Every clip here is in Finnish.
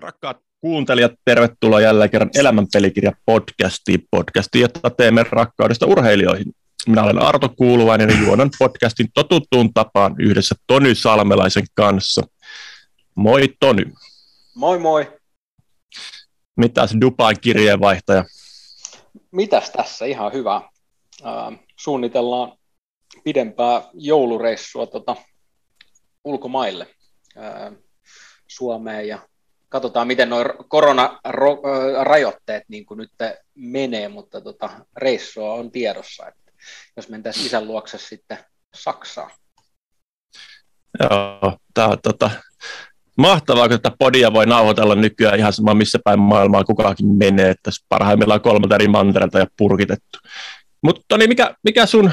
Rakkaat kuuntelijat, tervetuloa jälleen kerran Elämän pelikirja podcastiin, jota teemme rakkaudesta urheilijoihin. Minä olen Arto Kuuluvainen ja juonan podcastin totuttuun tapaan yhdessä Tony Salmelaisen kanssa. Moi Tony. Moi moi. Mitäs Dubain kirjeenvaihtaja? Mitäs tässä? Ihan hyvä. Suunnitellaan pidempää joulureissua ulkomaille Suomeen ja katsotaan, miten nuo koronarajoitteet niin kuin nyt menee, mutta reissua on tiedossa, että jos mentäisiin isän luokse sitten Saksaan. Joo, tämä on mahtavaa, kun tätä podia voi nauhoitella nykyään ihan sama missä päin maailmaa kukakin menee, että parhaimmillaan 3 eri mantereelta ja purkitettu. Mutta niin mikä sun,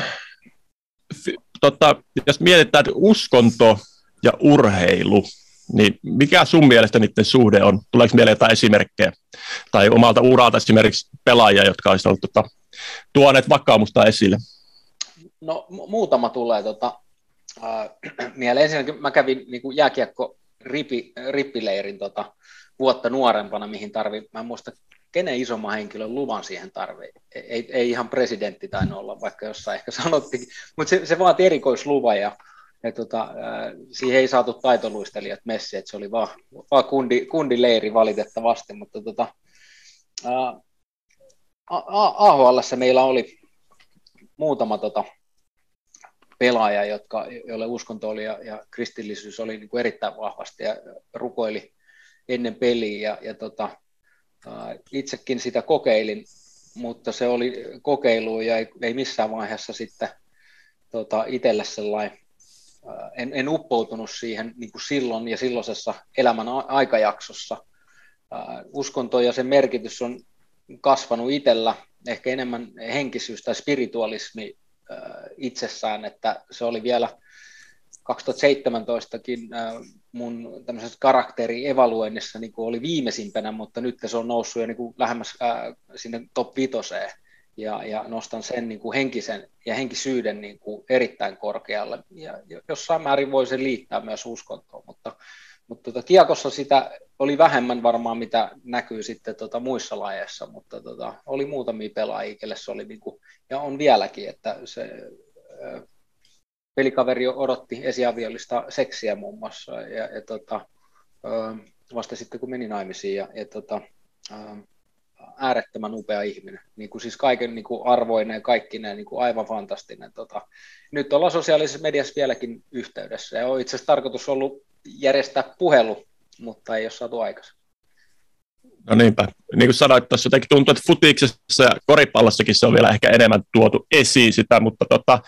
jos mietitään, että uskonto ja urheilu, niin mikä sun mielestä niiden suhde on? Tuleeko mieleen jotain esimerkkejä? Tai omalta uralta esimerkiksi pelaajia, jotka olisivat olleet tuoneet vakaumusta esille? No muutama tulee mieleen. Ensinnäkin mä kävin niin jääkiekko-rippileirin vuotta nuorempana, mihin mä en muista kenen isomman henkilön luvan siihen tarvii. Ei ihan presidentti tainnut olla, vaikka jossain ehkä sanottiin, mutta se vaati erikoisluvan ja siihen ei saatu taitoluistelijat messiin, että se oli vaan kundileiri valitettavasti, mutta AHL:ssä meillä oli muutama pelaaja, joille uskonto oli ja kristillisyys oli niin kuin erittäin vahvasti ja rukoili ennen peliä ja itsekin sitä kokeilin, mutta se oli kokeilu ja ei missään vaiheessa sitten itselle sellainen. En uppoutunut siihen niin kuin silloin ja silloisessa elämän aikajaksossa. Uskonto ja sen merkitys on kasvanut itsellä, ehkä enemmän henkisyys tai spiritualismi itsessään, että se oli vielä 2017kin mun tämmöisessä karakterievaluoinnissa niin kuin oli viimeisimpänä, mutta nyt se on noussut jo niin kuin lähemmäs sinne top 5. Ja nostan sen niin kuin henkisen ja henkisyyden niin kuin erittäin korkealle. Ja jossain määrin voi sen liittää myös uskontoon, mutta kiekossa sitä oli vähemmän varmaan, mitä näkyy sitten muissa lajeissa, mutta oli muutamia pelaajia, kelle se oli, niin kuin, ja on vieläkin, että se pelikaveri odotti esiaviollista seksiä muun muassa, ja vasta sitten kun meni naimisiin, ja äärettömän upea ihminen, niin kuin siis kaiken niin kuin arvoinen ja kaikkineen niin kuin aivan fantastinen. Nyt ollaan sosiaalisessa mediassa vieläkin yhteydessä ja on itse asiassa tarkoitus ollut järjestää puhelu, mutta ei ole saatu aikaisemmin. No niinpä, niin kuin sanoit, tuossa jotenkin tuntuu, että futiksessa ja koripallossakin se on vielä ehkä enemmän tuotu esiin sitä, mutta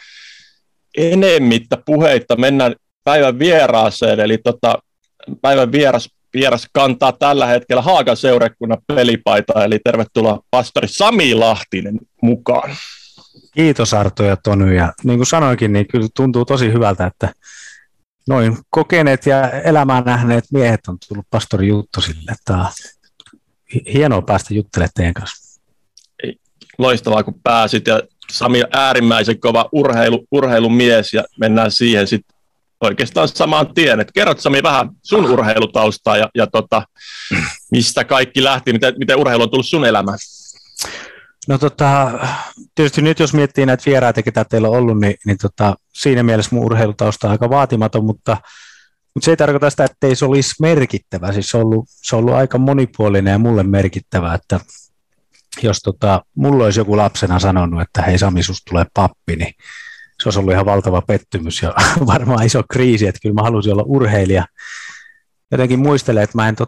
enemmittä puheita mennään päivän vieraaseen, eli päivän vieras kantaa tällä hetkellä Haagan seurakunnan pelipaitaa, eli tervetuloa pastori Sami Lahtinen mukaan. Kiitos Arto ja Tony, ja niin kuin sanoinkin, niin kyllä tuntuu tosi hyvältä, että noin kokeneet ja elämää nähneet miehet on tullut pastori Juttosille. Tämä on hienoa päästä juttelemaan teidän kanssa. Loistavaa, kun pääsit, ja Sami on äärimmäisen kova urheilumies, ja mennään siihen sitten oikeastaan samaan tien. Et kerrot Sami vähän sun urheilutaustaa ja mistä kaikki lähti, miten urheilu on tullut sun elämään? No tietysti nyt jos miettii näitä vieraita, ketä teillä on ollut, niin siinä mielessä mun urheilutausta on aika vaatimaton, mutta se ei tarkoita sitä, että ei se olisi merkittävä. Siis se on ollut aika monipuolinen ja mulle merkittävä, että jos mulla olisi joku lapsena sanonut, että hei Sami, susta tulee pappi, niin se olisi ollut ihan valtava pettymys ja varmaan iso kriisi, että kyllä mä halusin olla urheilija. Jotenkin muistelen, että mä en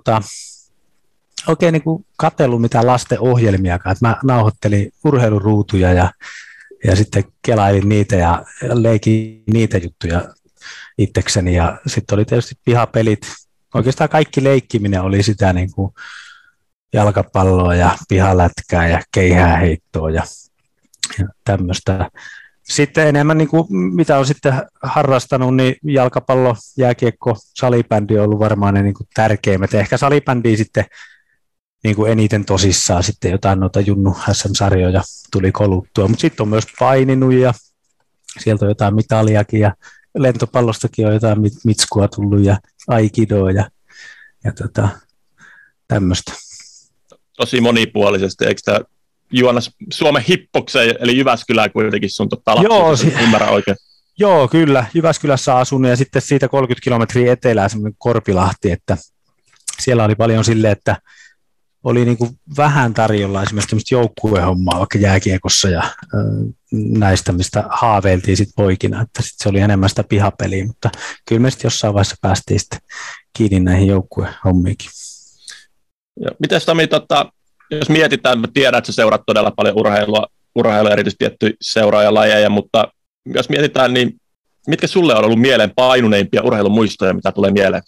oikein niin kuin katsellut mitään lasten ohjelmiakaan, että mä nauhoittelin urheiluruutuja ja sitten kelailin niitä ja leikin niitä juttuja itsekseni ja sitten oli tietysti pihapelit. Oikeastaan kaikki leikkiminen oli sitä niin kuin jalkapalloa ja pihalätkää ja keihääheittoa ja tämmöistä. Sitten enemmän, niin kuin, mitä on sitten harrastanut, niin jalkapallo, jääkiekko, salibändi on ollut varmaan ne niin kuin tärkeimmät. Ehkä salibändiä sitten niin kuin eniten tosissaan sitten jotain noita Junnu SM-sarjoja tuli koluttua. Mutta sitten on myös paininut ja sieltä on jotain mitaliakin ja lentopallostakin on jotain mitskua tullut ja aikidoa ja tämmöistä. Tosi monipuolisesti, eikö tämä juona Suomen Hippokseen, eli Jyväskylään kuitenkin sun ymmärrä oikein? Joo, kyllä. Jyväskylässä asun ja sitten siitä 30 kilometriä etelään semmoinen Korpilahti, että siellä oli paljon silleen, että oli niin kuin vähän tarjolla esimerkiksi tämmöistä joukkuehommaa vaikka jääkiekossa ja näistä, mistä haaveiltiin sitten poikina, että sitten se oli enemmän sitä pihapeliä, mutta kyllä me sitten jossain vaiheessa päästiin sitten kiinni näihin joukkuehommiinkin. Miten Sami, jos mietitään, mä tiedän, että sä seuraat todella paljon urheilua erityisesti tiettyjä seuraajalajeja, mutta jos mietitään, niin mitkä sulle on ollut mieleen painuneimpia urheilumuistoja, mitä tulee mieleen?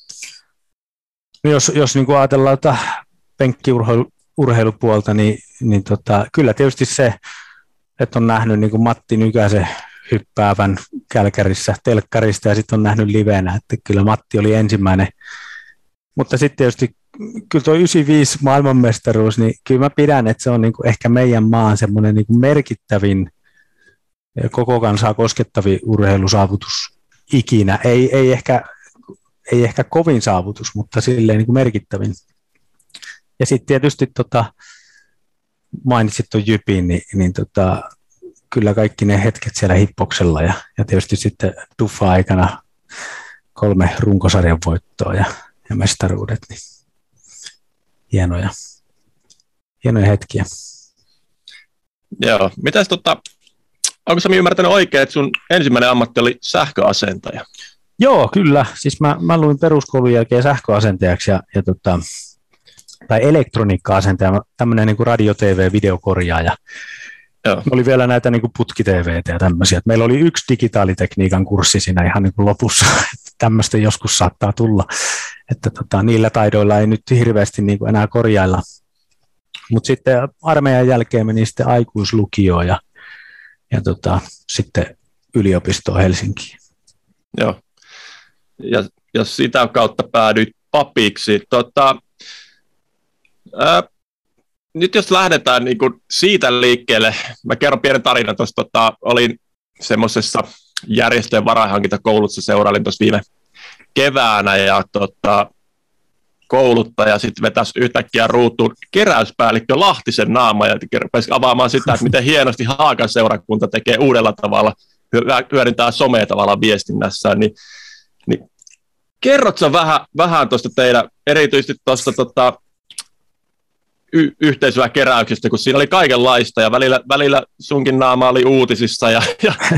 No jos niin kuin ajatellaan penkkiurheilupuolta, niin kyllä tietysti se, että on nähnyt niin kuin Matti Nykäsen hyppäävän Kälkärissä telkkarista ja sitten on nähnyt livenä, että kyllä Matti oli ensimmäinen. Mutta sitten tietysti kyllä tuo 95 maailmanmestaruus, niin kyllä mä pidän, että se on niin kuin ehkä meidän maan semmoinen niin kuin merkittävin koko kansaa koskettavin urheilusaavutus ikinä. Ei ehkä kovin saavutus, mutta silleen niin kuin merkittävin. Ja sitten tietysti mainitsit tuon Jypin, niin kyllä kaikki ne hetket siellä Hippoksella ja tietysti sitten Duffa-aikana 3 runkosarjan voittoa ja mestaruudet, niin hienoja hetkiä. Joo, mitäs onko Sami ymmärtänyt oikein, että sun ensimmäinen ammatti oli sähköasentaja? Joo, kyllä. Siis mä luin peruskoulun jälkeen sähköasentajaksi tai elektroniikka-asentaja, tämmöinen niin kuin radio-tv-videokorjaaja. Joo. Oli vielä näitä niin kuin putki-tv:tä ja tämmöisiä. Meillä oli 1 digitaalitekniikan kurssi siinä ihan niin kuin lopussa, että tämmöistä joskus saattaa tulla. Että niillä taidoilla ei nyt hirveästi niin kuin enää korjailla. Mutta sitten armeijan jälkeen meni sitten aikuislukioon ja sitten yliopistoon Helsinkiin. Joo, ja sitä kautta päädyit papiksi. Nyt jos lähdetään niin kuin siitä liikkeelle, mä kerron pienen tarinan tuossa, olin semmoisessa järjestöjen varainhankintakoulutuksessa, seurailin tuossa viime keväänä ja kouluttaja sitten vetäisi yhtäkkiä ruutuun keräyspäällikkö Lahtisen naama ja rupesi avaamaan sitä, että miten hienosti Haakan seurakunta tekee uudella tavalla, hyödyntää somea tavallaan viestinnässä, niin kerrotko vähän tuosta teidän, erityisesti tuosta yhteisökeräyksestä, kun siinä oli kaikenlaista ja välillä sunkin naama oli uutisissa ja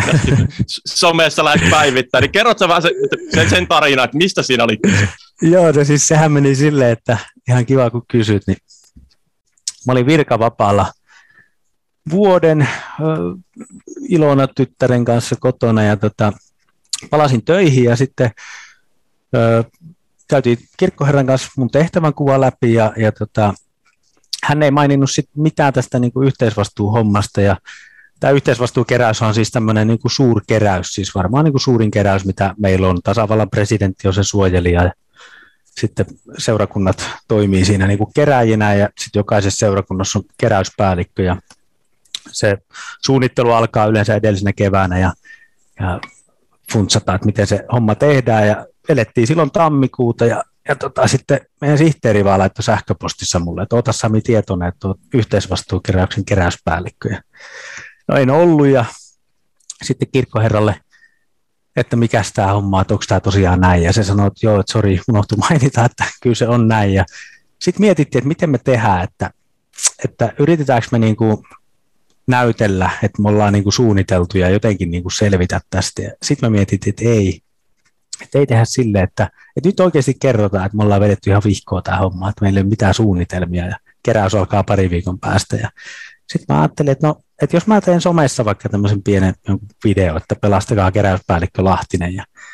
somessa lähdet päivittämään, niin kerrotko vähän sen tarinan, että mistä siinä oli kyse? Joo, no siis sehän meni silleen, että ihan kiva kun kysyt, niin mä olin virkavapaalla vuoden Ilona tyttären kanssa kotona ja palasin töihin ja sitten käytiin kirkkoherran kanssa mun tehtävänkuva läpi ja hän ei maininnut sit mitään tästä niin kuin yhteisvastuuhommasta ja tämä yhteisvastuukeräys on siis tämmöinen niin kuin suurkeräys, siis varmaan niin kuin suurin keräys, mitä meillä on. Tasavallan presidentti on se suojelija ja sitten seurakunnat toimii siinä niin kuin keräjinä ja sitten jokaisessa seurakunnassa on keräyspäällikkö ja se suunnittelu alkaa yleensä edellisenä keväänä ja funtsataan, että miten se homma tehdään ja elettiin silloin tammikuuta ja sitten meidän sihteeri vaan laittoi sähköpostissa mulle, että ota Sami tietoinen, että olet yhteisvastuukeräyksen keräyspäällikkö. No en ollut ja sitten kirkkoherralle, että mikäs tämä homma, että onko tämä tosiaan näin. Ja se sanoi, että joo, että sori, unohtui mainita, että kyllä se on näin. Ja sitten mietittiin, että miten me tehdään, että yritetäänkö me niinku näytellä, että me ollaan niinku suunniteltu ja jotenkin niinku selvitä tästä. Sitten me mietittiin, että ei tehdä silleen, että nyt oikeasti kerrotaan, että me ollaan vedetty ihan vihkoa tämä homma, että meillä ei ole mitään suunnitelmia ja keräys alkaa pari viikon päästä. Ja sitten mä ajattelin, että jos mä teen somessa vaikka tämmöisen pienen video, että pelastakaa keräyspäällikkö Lahtinen.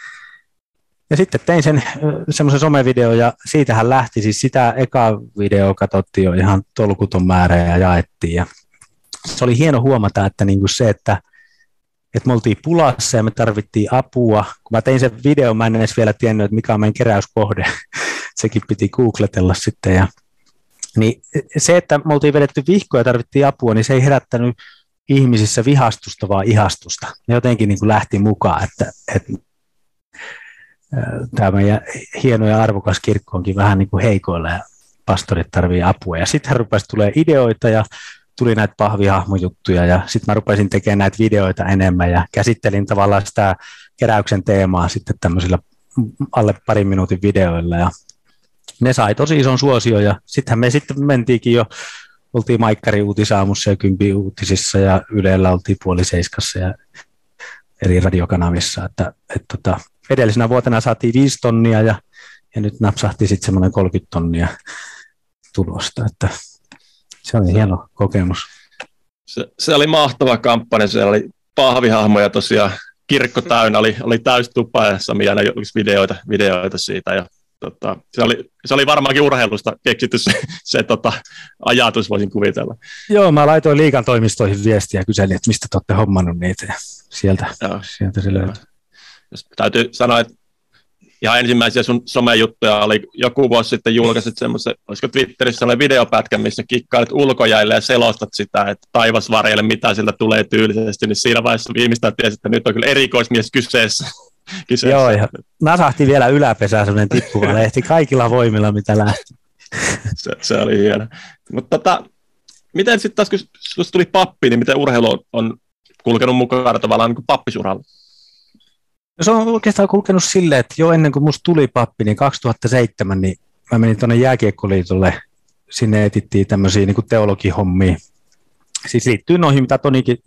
Ja sitten tein semmoisen somevideon ja siitähän lähti, siis sitä eka videoa katsottiin jo ihan tolkuton määrä ja jaettiin. Ja se oli hieno huomata, että niinku se, että me oltiin pulassa ja me tarvittiin apua. Kun mä tein sen videon, mä en edes vielä tiennyt, että mikä on meidän keräyskohde. Sekin piti googletella sitten. Niin se, että me oltiin vedetty vihkoa ja tarvittiin apua, niin se ei herättänyt ihmisissä vihastusta, vaan ihastusta. Ne jotenkin niin kuin lähti mukaan, että tämä meidän hieno ja arvokas kirkko onkin vähän niin kuin heikoilla. Ja pastorit tarvii apua. Ja sitten rupesi tulee ideoita ja tuli näitä pahvihahmojuttuja ja sitten mä rupesin tekemään näitä videoita enemmän ja käsittelin tavallaan sitä keräyksen teemaa sitten tämmöisillä alle parin minuutin videoilla ja ne sai tosi ison suosion ja sittenhän me sitten mentiinkin jo, oltiin Maikkari uutisaamussa ja Kympi uutisissa ja Ylellä oltiin 6:30 ja eri radiokanavissa, että edellisenä vuotena saatiin 5 tonnia ja nyt napsahti sitten semmoinen 30 tonnia tulosta, että se oli hieno kokemus. Se oli mahtava kampanja, siellä oli pahvihahmoja tosiaan, kirkko täynnä, oli täys tupa ja Sami aina videoita siitä ja se oli varmaankin urheilusta keksitty se ajatus, voisin kuvitella. Joo, mä laitoin liigan toimistoihin viestiä ja kyselin, että mistä te olette hommannut niitä ja sieltä se löytyi. Täytyy sanoa, että ihan ensimmäisiä sun somejuttuja oli joku vuosi sitten julkaisit semmoisen, olisiko Twitterissä sellainen videopätkä, missä kikkailet ulkojäille ja selostat sitä, että taivasvarjelle mitä sieltä tulee tyylisesti, niin siinä vaiheessa viimeistään tiesi, että nyt on kyllä erikoismies kyseessä. Joo, ja nasahti vielä yläpesää semmoinen tippuva lehti kaikilla voimilla, mitä lähti. Se oli hieno. Mutta miten sitten taas, kun tuli pappi, niin miten urheilu on kulkenut mukaan tavallaan niin kuin pappisuralla? No se on oikeastaan kulkenut silleen, että jo ennen kuin musta tuli pappi, niin 2007, niin mä menin tuonne Jääkiekkoliitolle, sinne etittiin tämmöisiä niin kuin teologihommia. Siis liittyy noihin, mitä Tonikin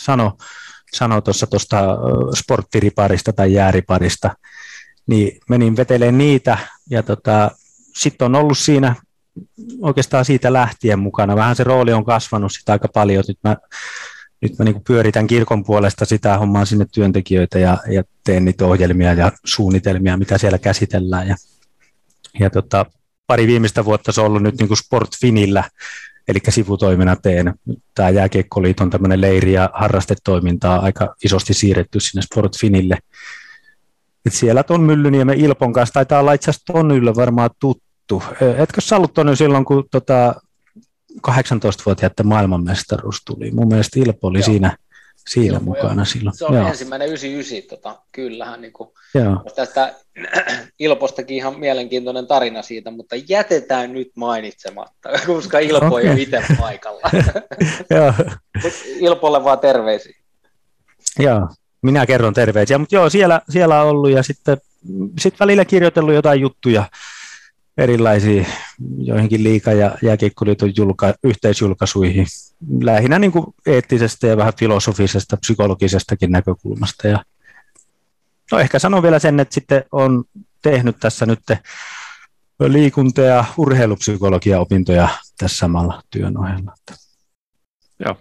sanoi tuosta sporttiriparista tai jääriparista, niin menin vetelemään niitä, ja sitten on ollut siinä oikeastaan siitä lähtien mukana. Vähän se rooli on kasvanut sitä aika paljon, nyt mä niin pyöritän kirkon puolesta sitä, hommaan sinne työntekijöitä ja teen niitä ohjelmia ja suunnitelmia, mitä siellä käsitellään. Ja pari viimeistä vuotta se on ollut nyt niin kuin Sportfinillä, eli sivutoimena teen. Tämä Jääkiekkoliiton tämmöinen leiri- ja harrastetoimintaa aika isosti siirretty sinne Sportfinille. Et siellä Ton Myllyniemen Ilpon kanssa taitaa olla itse asiassa Tonylle varmaan tuttu. Etkö sä ollut Tony silloin, kun 18-vuotiaiden maailmanmestaruus tuli? Mun mielestä Ilpo oli siinä Ilpo, mukana silloin. Se on ensimmäinen 99, kyllähän niin kuin, tästä Ilpostakin ihan mielenkiintoinen tarina siitä, mutta jätetään nyt mainitsematta, koska Ilpo ei ole itse paikalla. Ilpolle vaan terveisiä. Joo, minä kerron terveisiä, mutta joo, siellä on ollut ja sitten välillä kirjoitellut jotain juttuja erilaisiin joihinkin liiga- ja Jääkiekkoliiton yhteisjulkaisuihin, lähinnä niin kuin eettisestä ja vähän filosofisesta, psykologisestakin näkökulmasta. Ja no ehkä sanon vielä sen, että sitten on tehnyt tässä nyt liikunta- ja urheilupsykologia-opintoja tässä samalla työn ohella. Joo.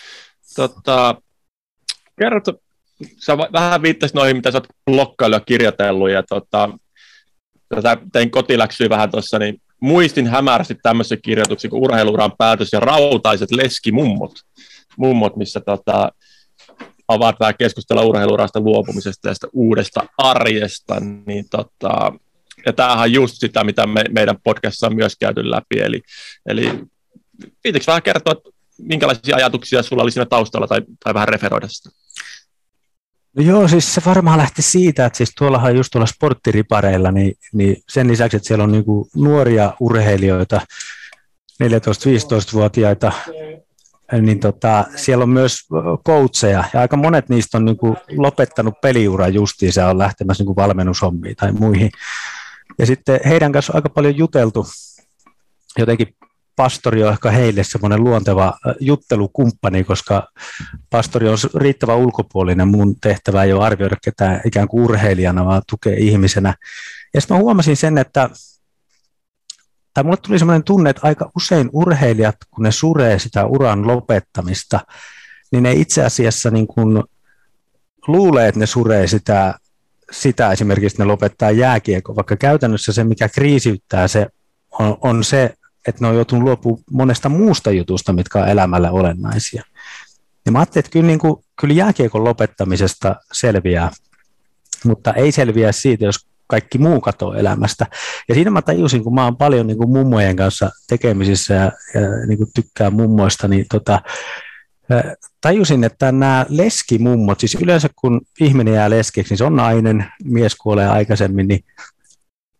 Kerrot, sä vähän viittasit noihin, mitä sä oot blokkaillut ja kirjoitellut, ja tein kotiläksyä vähän tuossa, niin muistin hämärästi tämmöisen kirjoituksen kuin Urheiluuran päätös ja rautaiset leskimummot, missä avaat vähän keskustella urheiluurasta luopumisesta ja sitä uudesta arjesta, niin ja tämähän on just sitä, mitä meidän podcastissa on myös käyty läpi, eli viitikö vähän kertoa, että minkälaisia ajatuksia sulla oli siinä taustalla tai vähän referoida sitä? No joo, siis se varmaan lähti siitä, että siis tuollahan just tuolla sporttiripareilla, niin sen lisäksi, että siellä on niinku nuoria urheilijoita, 14-15-vuotiaita, niin siellä on myös coacheja, ja aika monet niistä on niinku lopettanut peliuran justiinsa ja on lähtemässä niinku valmennushommiin tai muihin. Ja sitten heidän kanssa on aika paljon juteltu, jotenkin pastori on ehkä heille semmoinen luonteva juttelukumppani, koska pastori on riittävän ulkopuolinen. Mun tehtävä ei ole arvioida ketään ikään kuin urheilijana, vaan tukea ihmisenä. Ja sitten mä huomasin sen, mulle tuli semmoinen tunne, että aika usein urheilijat, kun ne suree sitä uran lopettamista, niin ne itse asiassa niin kuin luulee, että ne suree sitä esimerkiksi, ne lopettaa jääkiekon, vaikka käytännössä se, mikä kriisiyttää se, on se, että ne on joutunut luopumaan monesta muusta jutusta, mitkä on elämälle olennaisia. Ja mä ajattelin, että kyllä jääkiekon lopettamisesta selviää, mutta ei selviä siitä, jos kaikki muu katoo elämästä. Ja siinä mä tajusin, kun mä oon paljon niin kuin mummojen kanssa tekemisissä ja niin kuin tykkään mummoista, niin tajusin, että nämä leskimummot, siis yleensä kun ihminen jää leskeksi, niin se on nainen, mies kuolee aikaisemmin, niin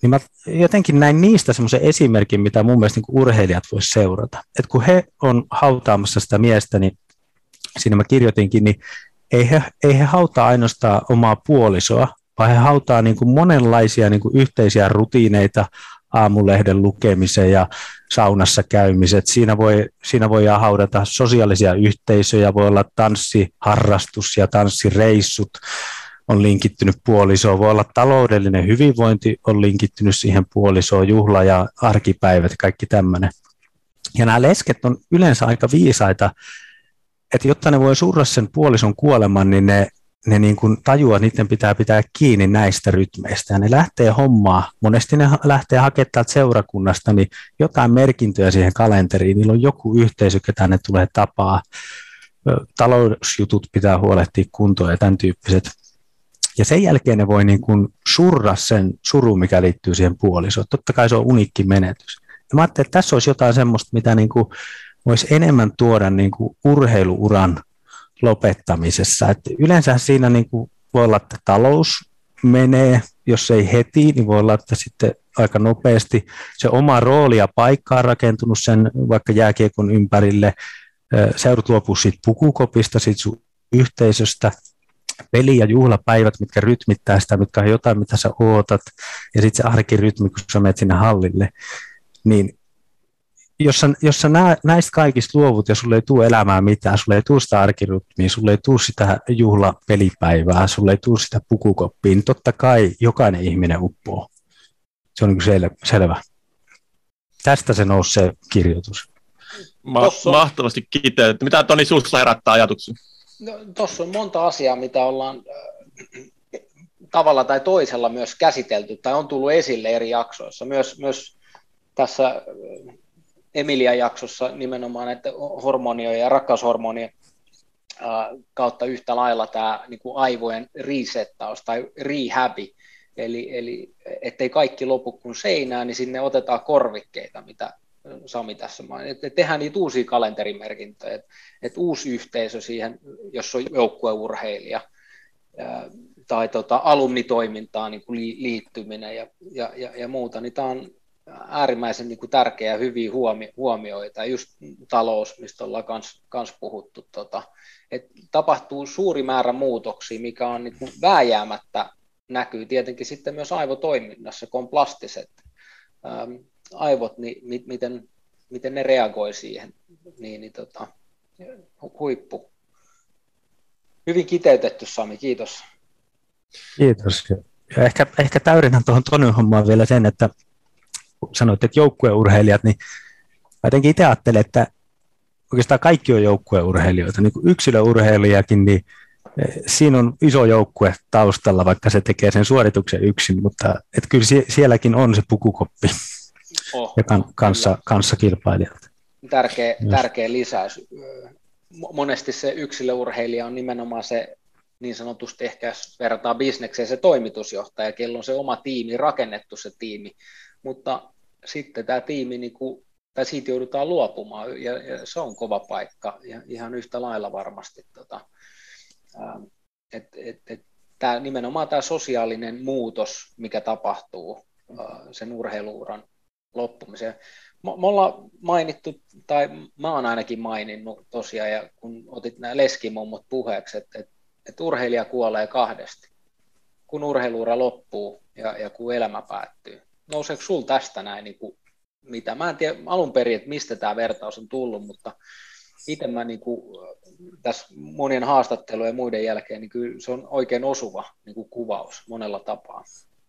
niin mä jotenkin näin niistä semmoisen esimerkin, mitä mun mielestä niin urheilijat vois seurata. Et kun he on hautaamassa sitä miestä, niin siinä mä kirjoitinkin, niin ei he hautaa ainoastaan omaa puolisoa, vaan he hautaa niin kuin monenlaisia niin kuin yhteisiä rutiineita, aamulehden lukemisen ja saunassa käymiset. Siinä voi haudata sosiaalisia yhteisöjä, voi olla tanssiharrastus ja tanssireissut on linkittynyt puolisoon, voi olla taloudellinen hyvinvointi on linkittynyt siihen puolisoon, juhla- ja arkipäivät, kaikki tämmöinen. Ja nämä lesket on yleensä aika viisaita, että jotta ne voi surra sen puolison kuoleman, niin ne niin kuin tajuaa, että niiden pitää kiinni näistä rytmeistä. Ja ne lähtee hommaa, monesti ne lähtee hakemaan täältä seurakunnasta, niin jotain merkintöjä siihen kalenteriin. Niillä on joku yhteisö, ketä ne tulee tapaa. Talousjutut pitää huolehtia kuntoon ja tämän tyyppiset. Ja sen jälkeen ne voi niin kuin surra sen surun, mikä liittyy siihen puolisoon. Totta kai se on uniikki menetys. Ja mä ajattelin, että tässä olisi jotain semmoista, mitä niin kuin voisi enemmän tuoda niin kuin urheiluuran lopettamisessa. Että yleensä siinä niin kuin voi olla, että talous menee, jos ei heti, niin voi olla, että sitten aika nopeasti se oma rooli ja paikka on rakentunut sen vaikka jääkiekon ympärille, seudut luopuu siitä pukukopista, siitä sun yhteisöstä, peli- ja juhlapäivät, mitkä rytmittää sitä, mitkä on jotain, mitä sä ootat, ja sitten se arkirytmi, kun sä menet sinne hallille, niin jos sä näistä kaikista luovut ja sulle ei tule elämään mitään, sulle ei tule sitä arkirytmiä, sulle ei tule sitä juhlapelipäivää, sulle ei tule sitä pukukoppia, niin totta kai jokainen ihminen uppoo. Se on niin selvä. Tästä se nousi se kirjoitus. Mahtavasti kiteytetty. Mitä Toni suussa herättää ajatuksia? No, tuossa on monta asiaa, mitä ollaan tavalla tai toisella myös käsitelty tai on tullut esille eri jaksoissa. Myös tässä Emilia-jaksossa nimenomaan että hormonien ja rakkaushormonien kautta yhtä lailla tämä niin kuin aivojen resettaus tai rehabi, eli ettei kaikki lopu kuin seinään, niin sinne otetaan korvikkeita, mitä Sami tässä mainitsi. Tehdään niitä uusia kalenterimerkintöjä, että uusi yhteisö siihen, jos on joukkueurheilija tai alumnitoimintaan niin kuin liittyminen ja muuta, niin tämä on äärimmäisen niin kuin tärkeä ja hyviä huomioita, just talous, mistä ollaan kans puhuttu, että tapahtuu suuri määrä muutoksia, mikä on niin kuin vääjäämättä näkyy tietenkin sitten myös aivotoiminnassa, kun on plastiset aivot, niin miten ne reagoi siihen, huippu. Hyvin kiteytetty, Sami, kiitos. Kiitos. Ja ehkä täydennän tuohon Tonin hommaan vielä sen, että sanoit, että joukkueurheilijat, niin mä jotenkin itse ajattelen, että oikeastaan kaikki on joukkueurheilijoita. Niin kuin yksilöurheilijakin, niin siinä on iso joukkue taustalla, vaikka se tekee sen suorituksen yksin, mutta että kyllä sielläkin on se pukukoppi ja kanssa kilpailijat. Tärkeä lisäys. Monesti se yksilöurheilija on nimenomaan se niin sanotusti ehkä, jos verrataan bisnekseen, se toimitusjohtaja, kello on se oma tiimi, rakennettu se tiimi, mutta sitten tämä tiimi, tai siitä joudutaan luopumaan, ja se on kova paikka, ja ihan yhtä lailla varmasti. Nimenomaan tämä sosiaalinen muutos, mikä tapahtuu sen urheiluuran loppumiseen. Me ollaan mainittu, tai mä oon ainakin maininnut tosiaan, ja kun otit nämä leskimummut puheeksi, että urheilija kuolee kahdesti, kun urheiluura loppuu ja kun elämä päättyy. Nouseeko sinulla tästä näin, niin kuin, mitä? Mä en tiedä alun perin, että mistä tämä vertaus on tullut, mutta itse mä niin kuin, tässä monien haastattelujen ja muiden jälkeen, niin kyllä se on oikein osuva niin kuin kuvaus monella tapaa.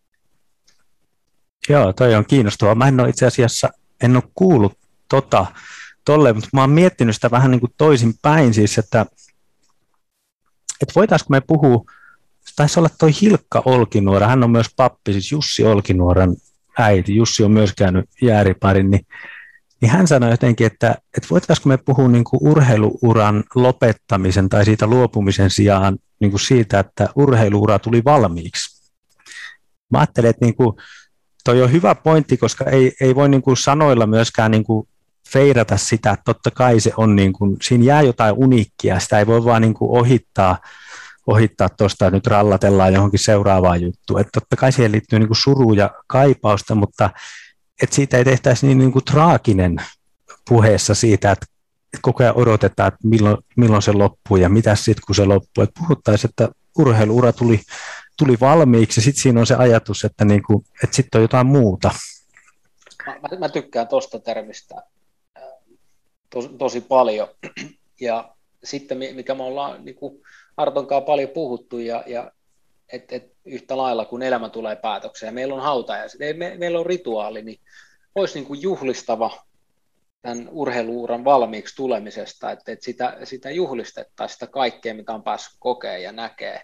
Joo, toi on kiinnostavaa. Mä en ole itse asiassa en ole kuullut tolleen, mutta mä oon miettinyt sitä vähän niin kuin toisin päin, siis että voitaisiinko me puhua, taisi olla toi Hilkka Olkinuora, hän on myös pappi, siis Jussi Olkinuoran äiti, Jussi on myös käynyt jääriparin, niin hän sanoi jotenkin, että voitaisiinko me puhua niin kuin urheiluuran lopettamisen tai siitä luopumisen sijaan niin kuin siitä, että urheiluura tuli valmiiksi. Mä ajattelen, että niin kuin, toi on hyvä pointti, koska ei voi niin kuin sanoilla myöskään niin kuin feirata sitä, että totta kai se on, niin kuin, siinä jää jotain uniikkia, sitä ei voi vaan niin kuin ohittaa tuosta, nyt rallatellaan johonkin seuraavaan juttuun. Että totta kai siihen liittyy niin kuin suru ja kaipausta, mutta että siitä ei tehtäisi niin kuin traaginen puheessa siitä, että koko ajan odotetaan, että milloin se loppuu ja mitä sitten kun se loppuu. Että puhuttaisiin, että urheiluura tuli valmiiksi ja sitten siinä on se ajatus, että, niin kuin, että sitten on jotain muuta. Mä tykkään tuosta termistä tosi paljon. Ja sitten mikä me ollaan niin kuin Artonkaan paljon puhuttu, ja et yhtä lailla kun elämä tulee päätökseen, meillä on hautajaiset, meillä on rituaali, niin olisi niin kuin juhlistava tämän urheiluuran valmiiksi tulemisesta, että sitä juhlistettaisiin sitä kaikkea, mitä on päässyt kokea ja näkee.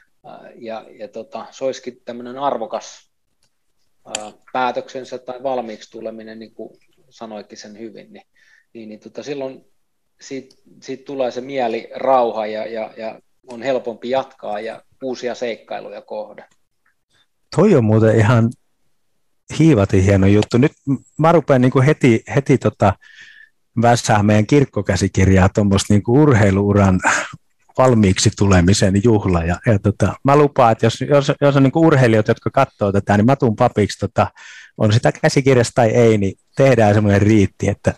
Se olisikin tämmöinen arvokas päätöksensä tai valmiiksi tuleminen, niin kuin sanoikin sen hyvin, niin silloin siitä tulee se mieli rauha ja on helpompi jatkaa ja uusia seikkailuja kohda. Toi on muuten ihan hiivatin hieno juttu. Nyt mä rupean niin kuin heti vässää meidän kirkkokäsikirjaa tuommoista niin kuin urheiluuran valmiiksi tulemisen juhla. Ja mä lupaan, että jos on niin kuin urheilijat, jotka katsoo tätä, niin mä tuun papiksi, on sitä käsikirjasta tai ei, niin tehdään semmoinen riitti, että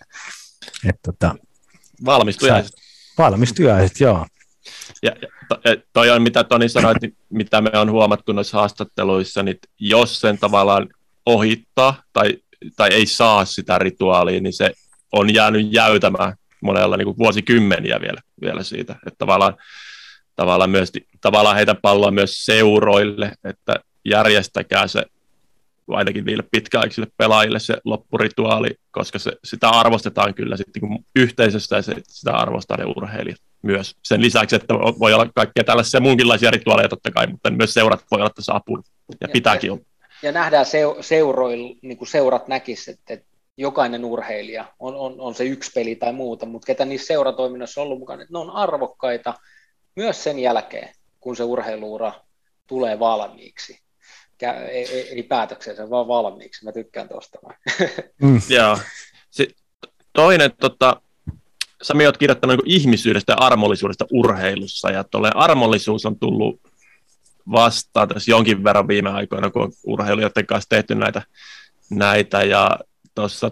valmistujaiset. Valmistujaiset, joo. Ja toi on, mitä Toni sanoi, mitä me on huomattu noissa haastatteluissa, niin jos sen tavallaan ohittaa tai ei saa sitä rituaalia, niin se on jäänyt jäytämään monella niin kuin vuosikymmeniä vielä siitä. Että tavallaan heitä palloa myös seuroille, että järjestäkää se ainakin niille pitkäaikaisille pelaajille se loppurituaali, koska sitä arvostetaan kyllä sitten niin yhteisössä ja sitä arvostaa ne urheilijat myös. Sen lisäksi, että voi olla kaikkia tällaisia muunkinlaisia rituaaleja totta kai, mutta myös seurat voi olla tässä apuna ja pitääkin olla. Ja nähdään seuroilla, niin kuin seurat näkisivät, että jokainen urheilija on se yksi peli tai muuta, mutta ketä niissä seuratoiminnassa on ollut mukana, että ne on arvokkaita myös sen jälkeen, kun se urheiluura tulee valmiiksi. Ei päätöksensä, vaan valmiiksi. Mä tykkään tuosta. Joo. Toinen, Sami, olet kirjoittanut niin ihmisyydestä ja armollisuudesta urheilussa, ja armollisuus on tullut vastaan tässä jonkin verran viime aikoina, kun on urheilijoiden kanssa tehty näitä ja tuossa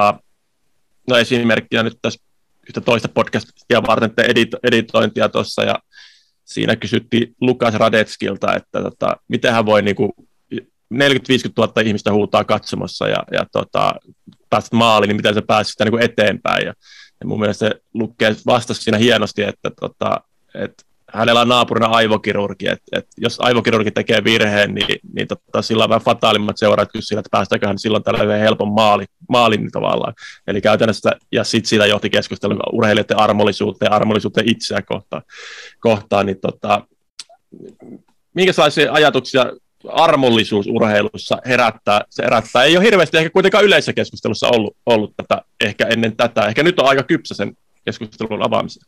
esimerkkinä nyt tässä yhtä toista podcastia varten editointia tuossa, ja siinä kysyttiin Lukas Radetskilta, että miten hän voi niinku 40-50 000 ihmistä huutaa katsomassa ja päästä maaliin, niin miten se pääsi sitä niinku eteenpäin. Ja mun mielestä se Lukke vastasi siinä hienosti, että hänellä on naapurina aivokirurgi, että jos aivokirurgi tekee virheen, niin sillä on vähän fataalimmat seuraat kuin sillä, että päästäänkö hän silloin tällainen helpon maalin tavallaan. Eli käytännössä, ja sitten siitä johti keskustelun urheilijoiden armollisuuteen itseä kohtaan niin minkälaisia ajatuksia armollisuus urheilussa herättää? Se herättää. Ei ole hirveästi ehkä kuitenkaan yleisessä keskustelussa ollut tätä ehkä ennen tätä. Ehkä nyt on aika kypsä sen keskustelun avaamiseen.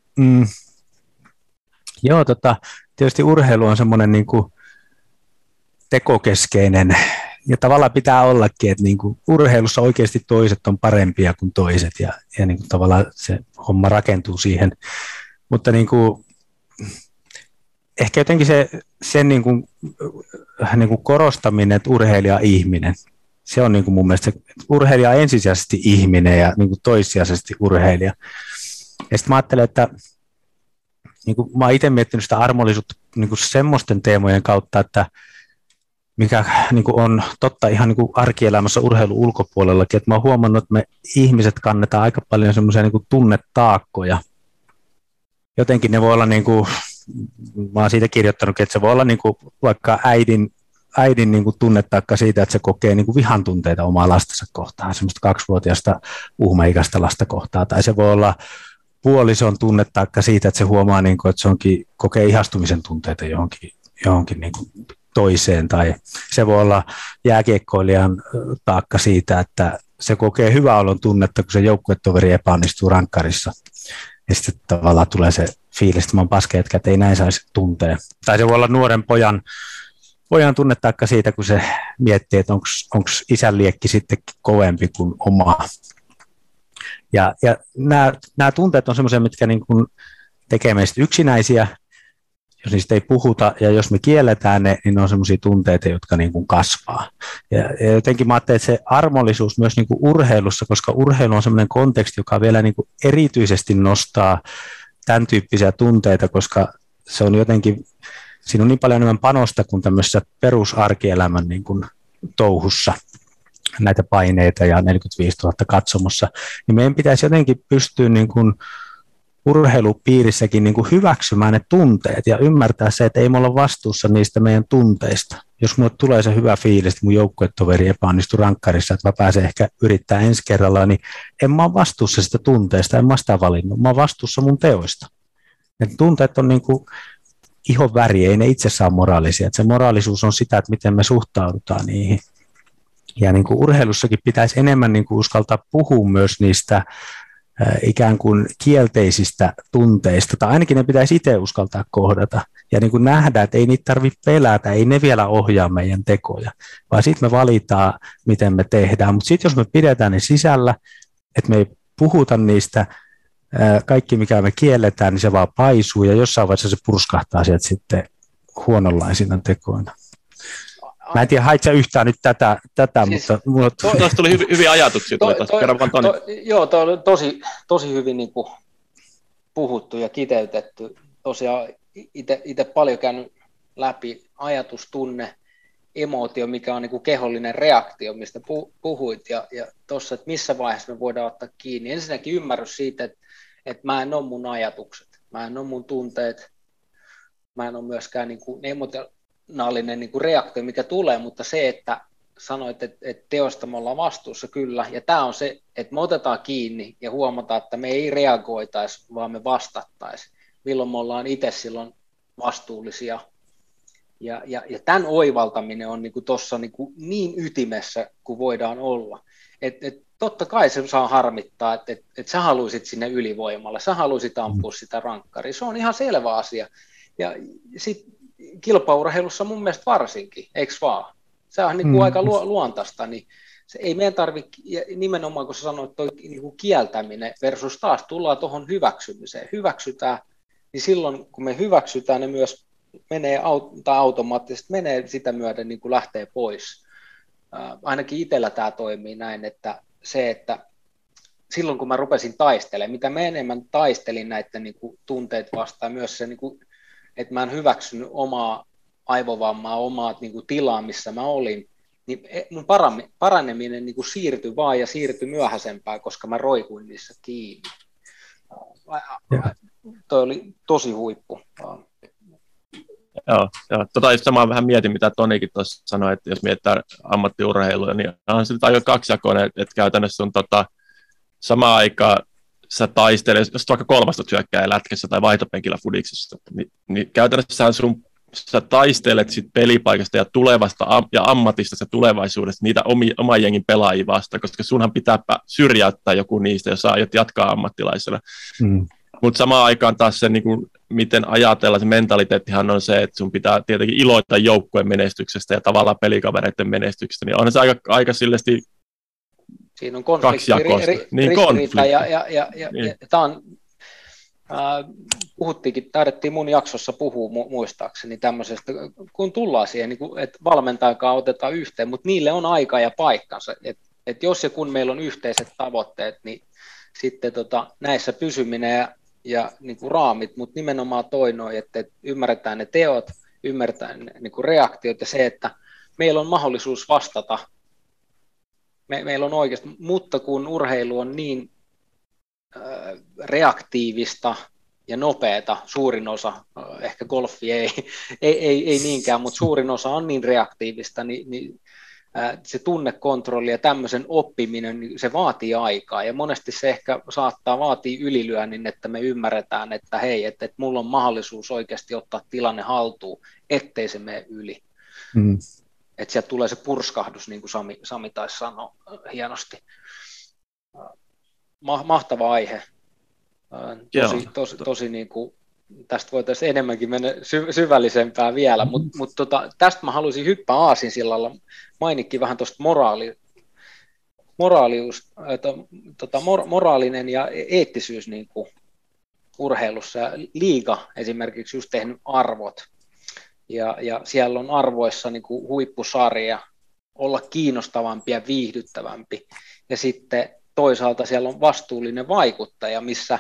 Joo, tietysti urheilu on semmoinen niin kuin tekokeskeinen, ja tavallaan pitää ollakin, että niin kuin urheilussa oikeasti toiset on parempia kuin toiset, ja niin kuin tavallaan se homma rakentuu siihen, mutta niin kuin, ehkä jotenkin sen niin kuin korostaminen, että urheilija on ihminen, se on niin kuin mun mielestä, urheilija on ensisijaisesti ihminen ja niin kuin toissijaisesti urheilija. Ja sitten mä ajattelen, että niin kuin mä oon itse miettinyt sitä armollisuutta niin kuin semmoisten teemojen kautta, että mikä niin kuin on totta ihan niin kuin arkielämässä urheilun ulkopuolellakin, että mä oon huomannut, että me ihmiset kannetaan aika paljon semmoisia niin kuin tunnetaakkoja. Jotenkin ne voi olla, niin kuin, mä oon siitä kirjoittanut, että se voi olla niin kuin vaikka äidin niin kuin tunnetaakka siitä, että se kokee niin kuin vihan tunteita omaa lastensa kohtaan, semmoista 2-vuotiaasta uhmeikäistä lasta kohtaan, tai se voi olla puolison tunnetaakka siitä, että se huomaa, niin kuin, että se kokee ihastumisen tunteita johonkin niin kuin toiseen, tai se voi olla jääkiekkoilijan taakka siitä, että se kokee hyvä olon tunnetta, kun se joukkuetoveri epäonnistuu rankkarissa, ja sitten tavallaan tulee se fiilis, että mä oon paskeetkä, että ei näin saisi tuntea. Tai se voi olla nuoren pojan tunnetaakka siitä, kun se miettii, että onko isän liekki sitten kovempi kuin oma. Ja nämä tunteet on semmoisia, mitkä niin kuin tekee meistä yksinäisiä, jos niistä ei puhuta ja jos me kielletään ne, niin ne on sellaisia tunteita, jotka niin kuin kasvaa. Ja jotenkin mä ajattelen, että se armollisuus myös niin kuin urheilussa, koska urheilu on sellainen konteksti, joka vielä niin kuin erityisesti nostaa tämän tyyppisiä tunteita, koska se on jotenkin, siinä on niin paljon enemmän panosta kuin tämmöisessä perusarkielämän niin kuin touhussa, näitä paineita ja 45 000 katsomossa, niin meidän pitäisi jotenkin pystyä niin kuin urheilupiirissäkin niin kuin hyväksymään ne tunteet ja ymmärtää se, että ei me olla vastuussa niistä meidän tunteista. Jos mulle tulee se hyvä fiilis, että mun joukkuetoveri epäonnistui rankkarissa, että mä pääsen ehkä yrittää ensi kerralla, niin en mä ole vastuussa sitä tunteesta, en mä sitä valinnut. Mä oon vastuussa mun teoista. Ne tunteet on niin kuin ihon väri, ei ne itse saa moraalisia. Että se moraalisuus on sitä, että miten me suhtaudutaan niihin. Ja niin kuin urheilussakin pitäisi enemmän niin kuin uskaltaa puhua myös niistä ikään kuin kielteisistä tunteista, tai ainakin ne pitäisi itse uskaltaa kohdata, ja niin kuin nähdä, että ei niitä tarvitse pelätä, ei ne vielä ohjaa meidän tekoja, vaan sitten me valitaan, miten me tehdään, mutta sitten jos me pidetään ne sisällä, että me ei puhuta niistä, kaikki mikä me kielletään, niin se vaan paisuu, ja jossain vaiheessa se purskahtaa sieltä sitten huononlaisina tekoina. Mä en tiedä, hait sä yhtään nyt tätä siis, mutta... Tuosta tuli hyviä ajatuksia. Joo, toi oli tosi hyvin niin kuin puhuttu ja kiteytetty. Tosiaan itse paljon käynyt läpi ajatus, tunne, emootio, mikä on niin kuin kehollinen reaktio, mistä puhuit. Ja tuossa, että missä vaiheessa me voidaan ottaa kiinni. Ensinnäkin ymmärrys siitä, että mä en ole mun ajatukset, mä en ole mun tunteet, mä en ole myöskään niin kuin emotionaalinen niin kuin reaktio, mikä tulee, mutta se, että sanoit, että teosta me ollaan vastuussa, kyllä, ja tämä on se, että me otetaan kiinni ja huomataan, että me ei reagoitaisi, vaan me vastattaisi, milloin me ollaan itse silloin vastuullisia, ja tämän oivaltaminen on tuossa niin ytimessä kuin voidaan olla, että totta kai se saa harmittaa, että sä haluisit sinne ylivoimalle, sä haluisit ampua sitä rankkaria, se on ihan selvä asia, ja sitten kilpaurheilussa mun mielestä varsinkin, eikö vaan? Se on niin kuin aika luontaista, niin se ei meidän tarvitse, nimenomaan kun sä sanoit, toi niin kuin kieltäminen versus taas tullaan tuohon hyväksymiseen. Hyväksytään, niin silloin kun me hyväksytään, ne myös menee tai automaattisesti menee sitä myöden niin kuin lähtee pois. Ainakin itsellä tämä toimii näin, että se, että silloin kun mä rupesin taistelemaan, mitä mä enemmän taistelin näiden niin kuin tunteet vastaan, myös se, niin kuin, että mä en hyväksynyt omaa aivovammaa, omaa niin kuin tilaa, missä mä olin, niin mun paraneminen niin kuin siirtyi vaan ja siirtyi myöhäisempään, koska mä roikuin niissä kiinni. Toi oli tosi huippu. Joo. Just samaa vähän mietin, mitä Tonikin tuossa sanoi, että jos mietitään ammattiurheilua, niin on se nyt aika kaksijakoinen, että käytännössä on samaan aikaan sä taistelet, jos vaikka kolmasta hyökkääjä lätkässä tai vaihtopenkillä fudiksessa, niin käytännössä sä taistelet sit pelipaikasta ja tulevasta ja ammatista ja tulevaisuudesta niitä oman jengin pelaajia vastaan, koska sunhan pitää syrjäyttää joku niistä, jos sä aiot jatkaa ammattilaisena. Mutta samaan aikaan taas se, niin kuin, miten ajatella, se mentaliteettihan on se, että sun pitää tietenkin iloita joukkueen menestyksestä ja tavallaan pelikavereiden menestyksestä, niin on se aika sillesti siinä on konflikti, ristiriita ja tämä on, taidettiin mun jaksossa puhua muistaakseni tämmöisestä, kun tullaan siihen, niin kuin, että valmentajakaan otetaan yhteen, mutta niille on aika ja paikkansa, että jos ja kun meillä on yhteiset tavoitteet, niin sitten näissä pysyminen ja niin kuin raamit, mutta nimenomaan toinoin, että ymmärretään ne teot, ymmärretään ne niin kuin reaktiot ja se, että meillä on mahdollisuus vastata. Meillä on oikeasti, mutta kun urheilu on niin reaktiivista ja nopeata, suurin osa, ehkä golfi ei niinkään, mutta suurin osa on niin reaktiivista, niin se tunnekontrolli ja tämmöisen oppiminen, niin se vaatii aikaa ja monesti se ehkä saattaa vaatia ylilyönnin, että me ymmärretään, että hei, että mulla on mahdollisuus oikeasti ottaa tilanne haltuun, ettei se mene yli. Että sieltä tulee se purskahdus, niin kuin Sami taisi sanoa hienosti. Mahtava aihe. Tosi niin kuin, tästä voitaisiin enemmänkin mennä syvällisempää vielä, mutta tästä mä haluaisin hyppää aasinsillalla. Mainitkin vähän tuosta moraalinen ja eettisyys niin kuin urheilussa. Ja liiga esimerkiksi just tehnyt arvot, ja siellä on arvoissa niin kuin huippusarja, olla kiinnostavampi ja viihdyttävämpi. Ja sitten toisaalta siellä on vastuullinen vaikuttaja, missä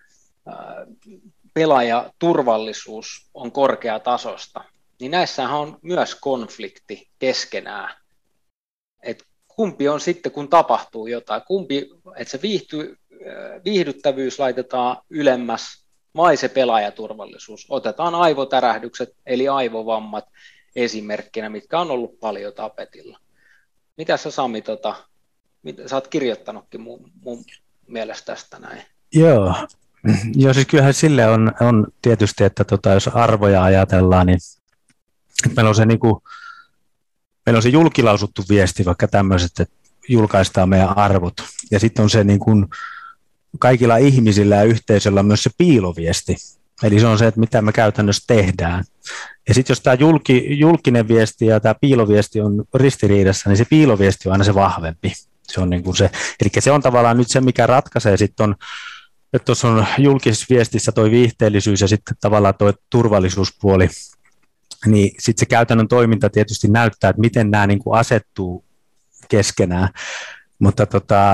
pelaajaturvallisuus on korkeatasosta. Niin näissähän on myös konflikti keskenään. Et kumpi on sitten, kun tapahtuu jotain, että se viihdyttävyys laitetaan ylemmäs vai se pelaajaturvallisuus. Otetaan aivotärähdykset eli aivovammat esimerkkinä, mitkä on ollut paljon tapetilla. Mitä sä Sami, sä oot kirjoittanutkin mun mielestä tästä näin? Joo, siis kyllähän sille on tietysti, että jos arvoja ajatellaan, niin meillä on se, meillä on se julkilausuttu viesti, vaikka tämmöiset, että julkaistaan meidän arvot, ja sitten on se niin kuin kaikilla ihmisillä ja yhteisöllä on myös se piiloviesti, eli se on se, että mitä me käytännössä tehdään. Ja sitten jos tämä julkinen viesti ja tämä piiloviesti on ristiriidassa, niin se piiloviesti on aina se vahvempi. Se on niin kuin se, eli se on tavallaan nyt se, mikä ratkaisee sitten on, että tuossa on julkisessa viestissä tuo viihteellisyys ja sitten tavallaan tuo turvallisuuspuoli, niin sitten se käytännön toiminta tietysti näyttää, että miten nämä niin kuin asettuu keskenään, mutta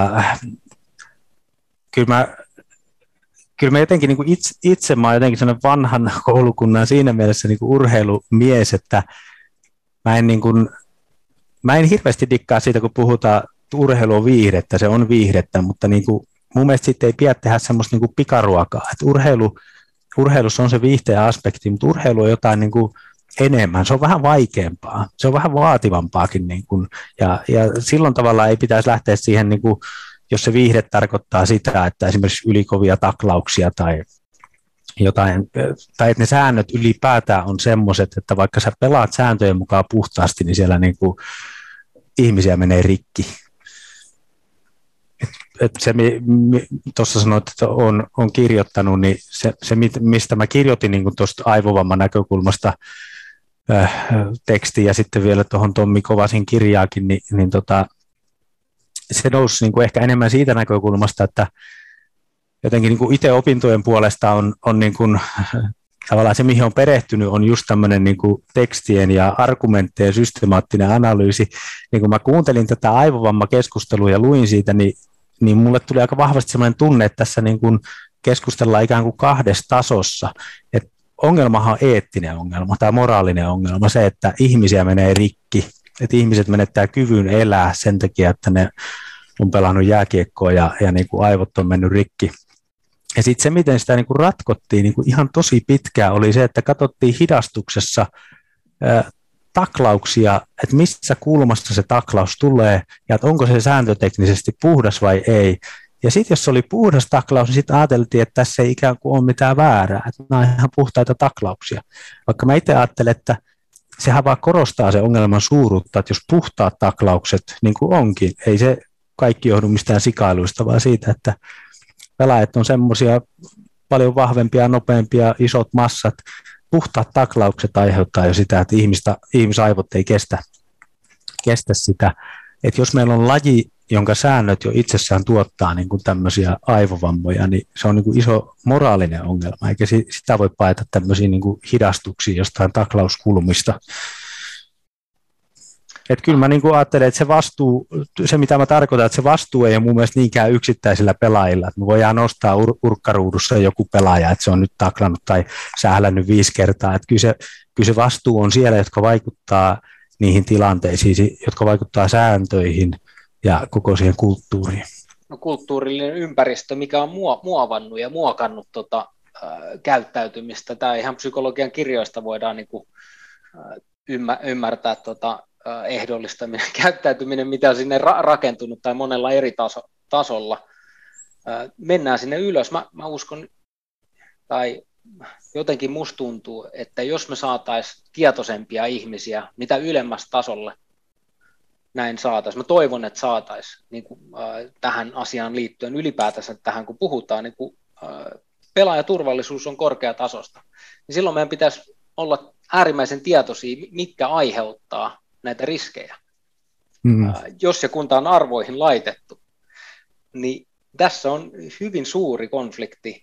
kyllä mä jotenkin niin kuin itse mä oon jotenkin sellainen vanhan koulukunnan siinä mielessä niin kuin urheilumies, että mä en hirveästi dikkaa siitä, kun puhutaan, että urheilu on viihdettä, se on viihdettä, mutta niin kuin mun mielestä sitten ei pidä tehdä semmoista niin kuin pikaruokaa, että urheilussa on se viihteen aspekti, mutta urheilu on jotain niin kuin enemmän, se on vähän vaikeampaa, se on vähän vaativampaakin, niin kuin, ja silloin tavallaan ei pitäisi lähteä siihen, niin kuin, jos se viihde tarkoittaa sitä, että esimerkiksi ylikovia taklauksia tai jotain, tai että ne säännöt ylipäätään on semmoiset, että vaikka sä pelaat sääntöjen mukaan puhtaasti, niin siellä niin kuin ihmisiä menee rikki. Se, tuossa sanoit, että on kirjoittanut, niin se mistä mä kirjoitin niin tuosta aivovamman näkökulmasta tekstiin ja sitten vielä tuohon Tommi Kovasin kirjaakin, niin se nousi niin kuin ehkä enemmän siitä näkökulmasta, että jotenkin niin kuin itse opintojen puolesta on niin kuin, tavallaan se, mihin on perehtynyt, on just tämmöinen niin kuin tekstien ja argumenttien systemaattinen analyysi. Niin kun mä kuuntelin tätä aivovammakeskustelua ja luin siitä, niin mulle tuli aika vahvasti sellainen tunne, että tässä niin kuin keskustellaan ikään kuin kahdessa tasossa. Et ongelmahan on eettinen ongelma tai moraalinen ongelma, se, että ihmisiä menee rikki, että ihmiset menettää kyvyn elää sen takia, että ne on pelannut jääkiekkoa ja niin kuin aivot on mennyt rikki. Ja sitten se, miten sitä niin kuin ratkottiin niin kuin ihan tosi pitkään, oli se, että katsottiin hidastuksessa taklauksia, että missä kulmasta se taklaus tulee ja että onko se sääntöteknisesti puhdas vai ei. Ja sitten jos se oli puhdas taklaus, niin sitten ajateltiin, että tässä ei ikään kuin ole mitään väärää, että nämä on ihan puhtaita taklauksia. Vaikka mä itse ajattelen, että sehän vaan korostaa se ongelman suuruutta, että jos puhtaat taklaukset, niin kuin onkin, ei se kaikki johdu mistään sikailuista, vaan siitä, että pelaajat on semmoisia paljon vahvempia, nopeampia, isot massat. Puhtaat taklaukset aiheuttaa jo sitä, että ihmisaivot ei kestä sitä. Että jos meillä on laji, jonka säännöt jo itsessään tuottaa niin kuin tämmöisiä aivovammoja, niin se on niin kuin iso moraalinen ongelma, eikä sitä voi paeta tämmöisiin niin kuin hidastuksiin jostain taklauskulmista. Että kyllä mä niin kuin ajattelen, että se vastuu, se mitä mä tarkoitan, että se vastuu ei ole mun mielestä niinkään yksittäisillä pelaajilla, että me voidaan nostaa urkkaruudussa joku pelaaja, että se on nyt taklannut tai sählännyt 5 kertaa, että kyllä se vastuu on siellä, jotka vaikuttaa niihin tilanteisiin, jotka vaikuttaa sääntöihin ja koko siihen kulttuuriin. No, kulttuurillinen ympäristö, mikä on muovannut ja muokannut käyttäytymistä. Tämä ihan psykologian kirjoista voidaan niin kuin, ymmärtää ehdollistaminen, käyttäytyminen, mitä on sinne rakentunut tai monella eri tasolla. Mennään sinne ylös. Mä uskon, tai jotenkin musta tuntuu, että jos me saataisiin tietoisempia ihmisiä, mitä ylemmäs tasolle näin saataisiin. Mä toivon, että saataisiin niin kuin, tähän asiaan liittyen ylipäätänsä tähän, kun puhutaan, niin kuin, pelaajaturvallisuus on korkeatasosta, niin silloin meidän pitäisi olla äärimmäisen tietoisia, mitkä aiheuttaa näitä riskejä. Jos ja kun tämä on arvoihin laitettu, niin tässä on hyvin suuri konflikti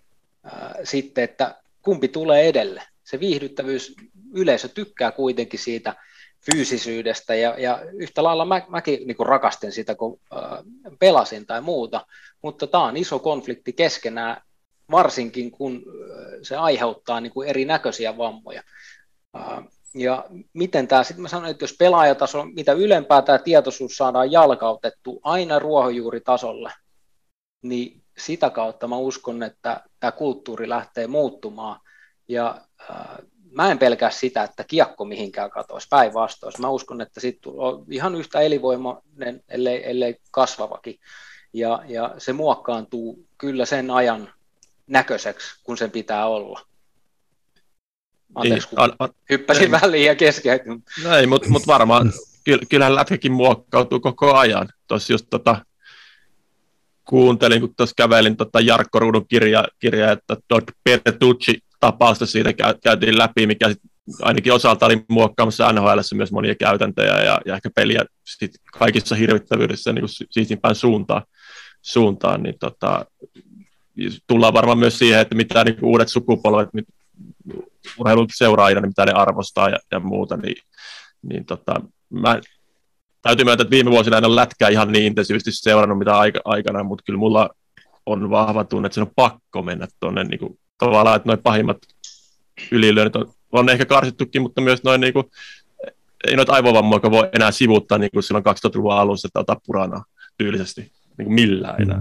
sitten, että kumpi tulee edelle. Se viihdyttävyys, yleisö tykkää kuitenkin siitä fyysisyydestä ja yhtä lailla mäkin niin kuin rakastin sitä, kun pelasin tai muuta, mutta tämä on iso konflikti keskenään, varsinkin kun se aiheuttaa niin kuin erinäköisiä vammoja. Ja miten tämä, sitten mä sanoin, että jos pelaajataso, mitä ylempää tämä tietoisuus saadaan jalkautettu aina ruohonjuuritasolle, niin sitä kautta mä uskon, että tämä kulttuuri lähtee muuttumaan. Ja mä en pelkää sitä, että kiekko mihinkään katoisi, päinvastoin. Mä uskon, että siitä tulee ihan yhtä elinvoimainen, ellei kasvavakin. Ja se muokkaantuu kyllä sen ajan näköiseksi, kun sen pitää olla. Anteeksi, kun hyppäsin väliin ja keskeytyin. Ei, mutta varmaan kyllähän lätkäkin muokkautuu koko ajan. Tuossa just kuuntelin, kun tuossa kävelin Jarkko Ruudun kirja että Bertucci-tapausta siitä käytiin läpi, mikä ainakin osalta oli muokkaamassa NHL:ssä myös monia käytäntöjä ja ehkä peliä sit kaikissa hirvittävyydessä niin siisimpään suuntaan niin tullaan varmaan myös siihen, että mitä niin uudet sukupolvet urheilun seuraajina, niin mitä ne arvostaa ja muuta, niin mä täytyy myöntää, että viime vuosina en ole lätkää ihan niin intensiivisesti seurannut mitä aikana, mutta kyllä mulla on vahva tunne, että se on pakko mennä tuonne niin kuin, tavallaan, että noin pahimmat ylilyönnit on ehkä karsittukin, mutta myös noin niin kuin, ei noita aivovammoja voi enää sivuuttaa niin kuin silloin 2000-luvun alussa tai ottaa puranaa tyylisesti, niin kuin millään enää.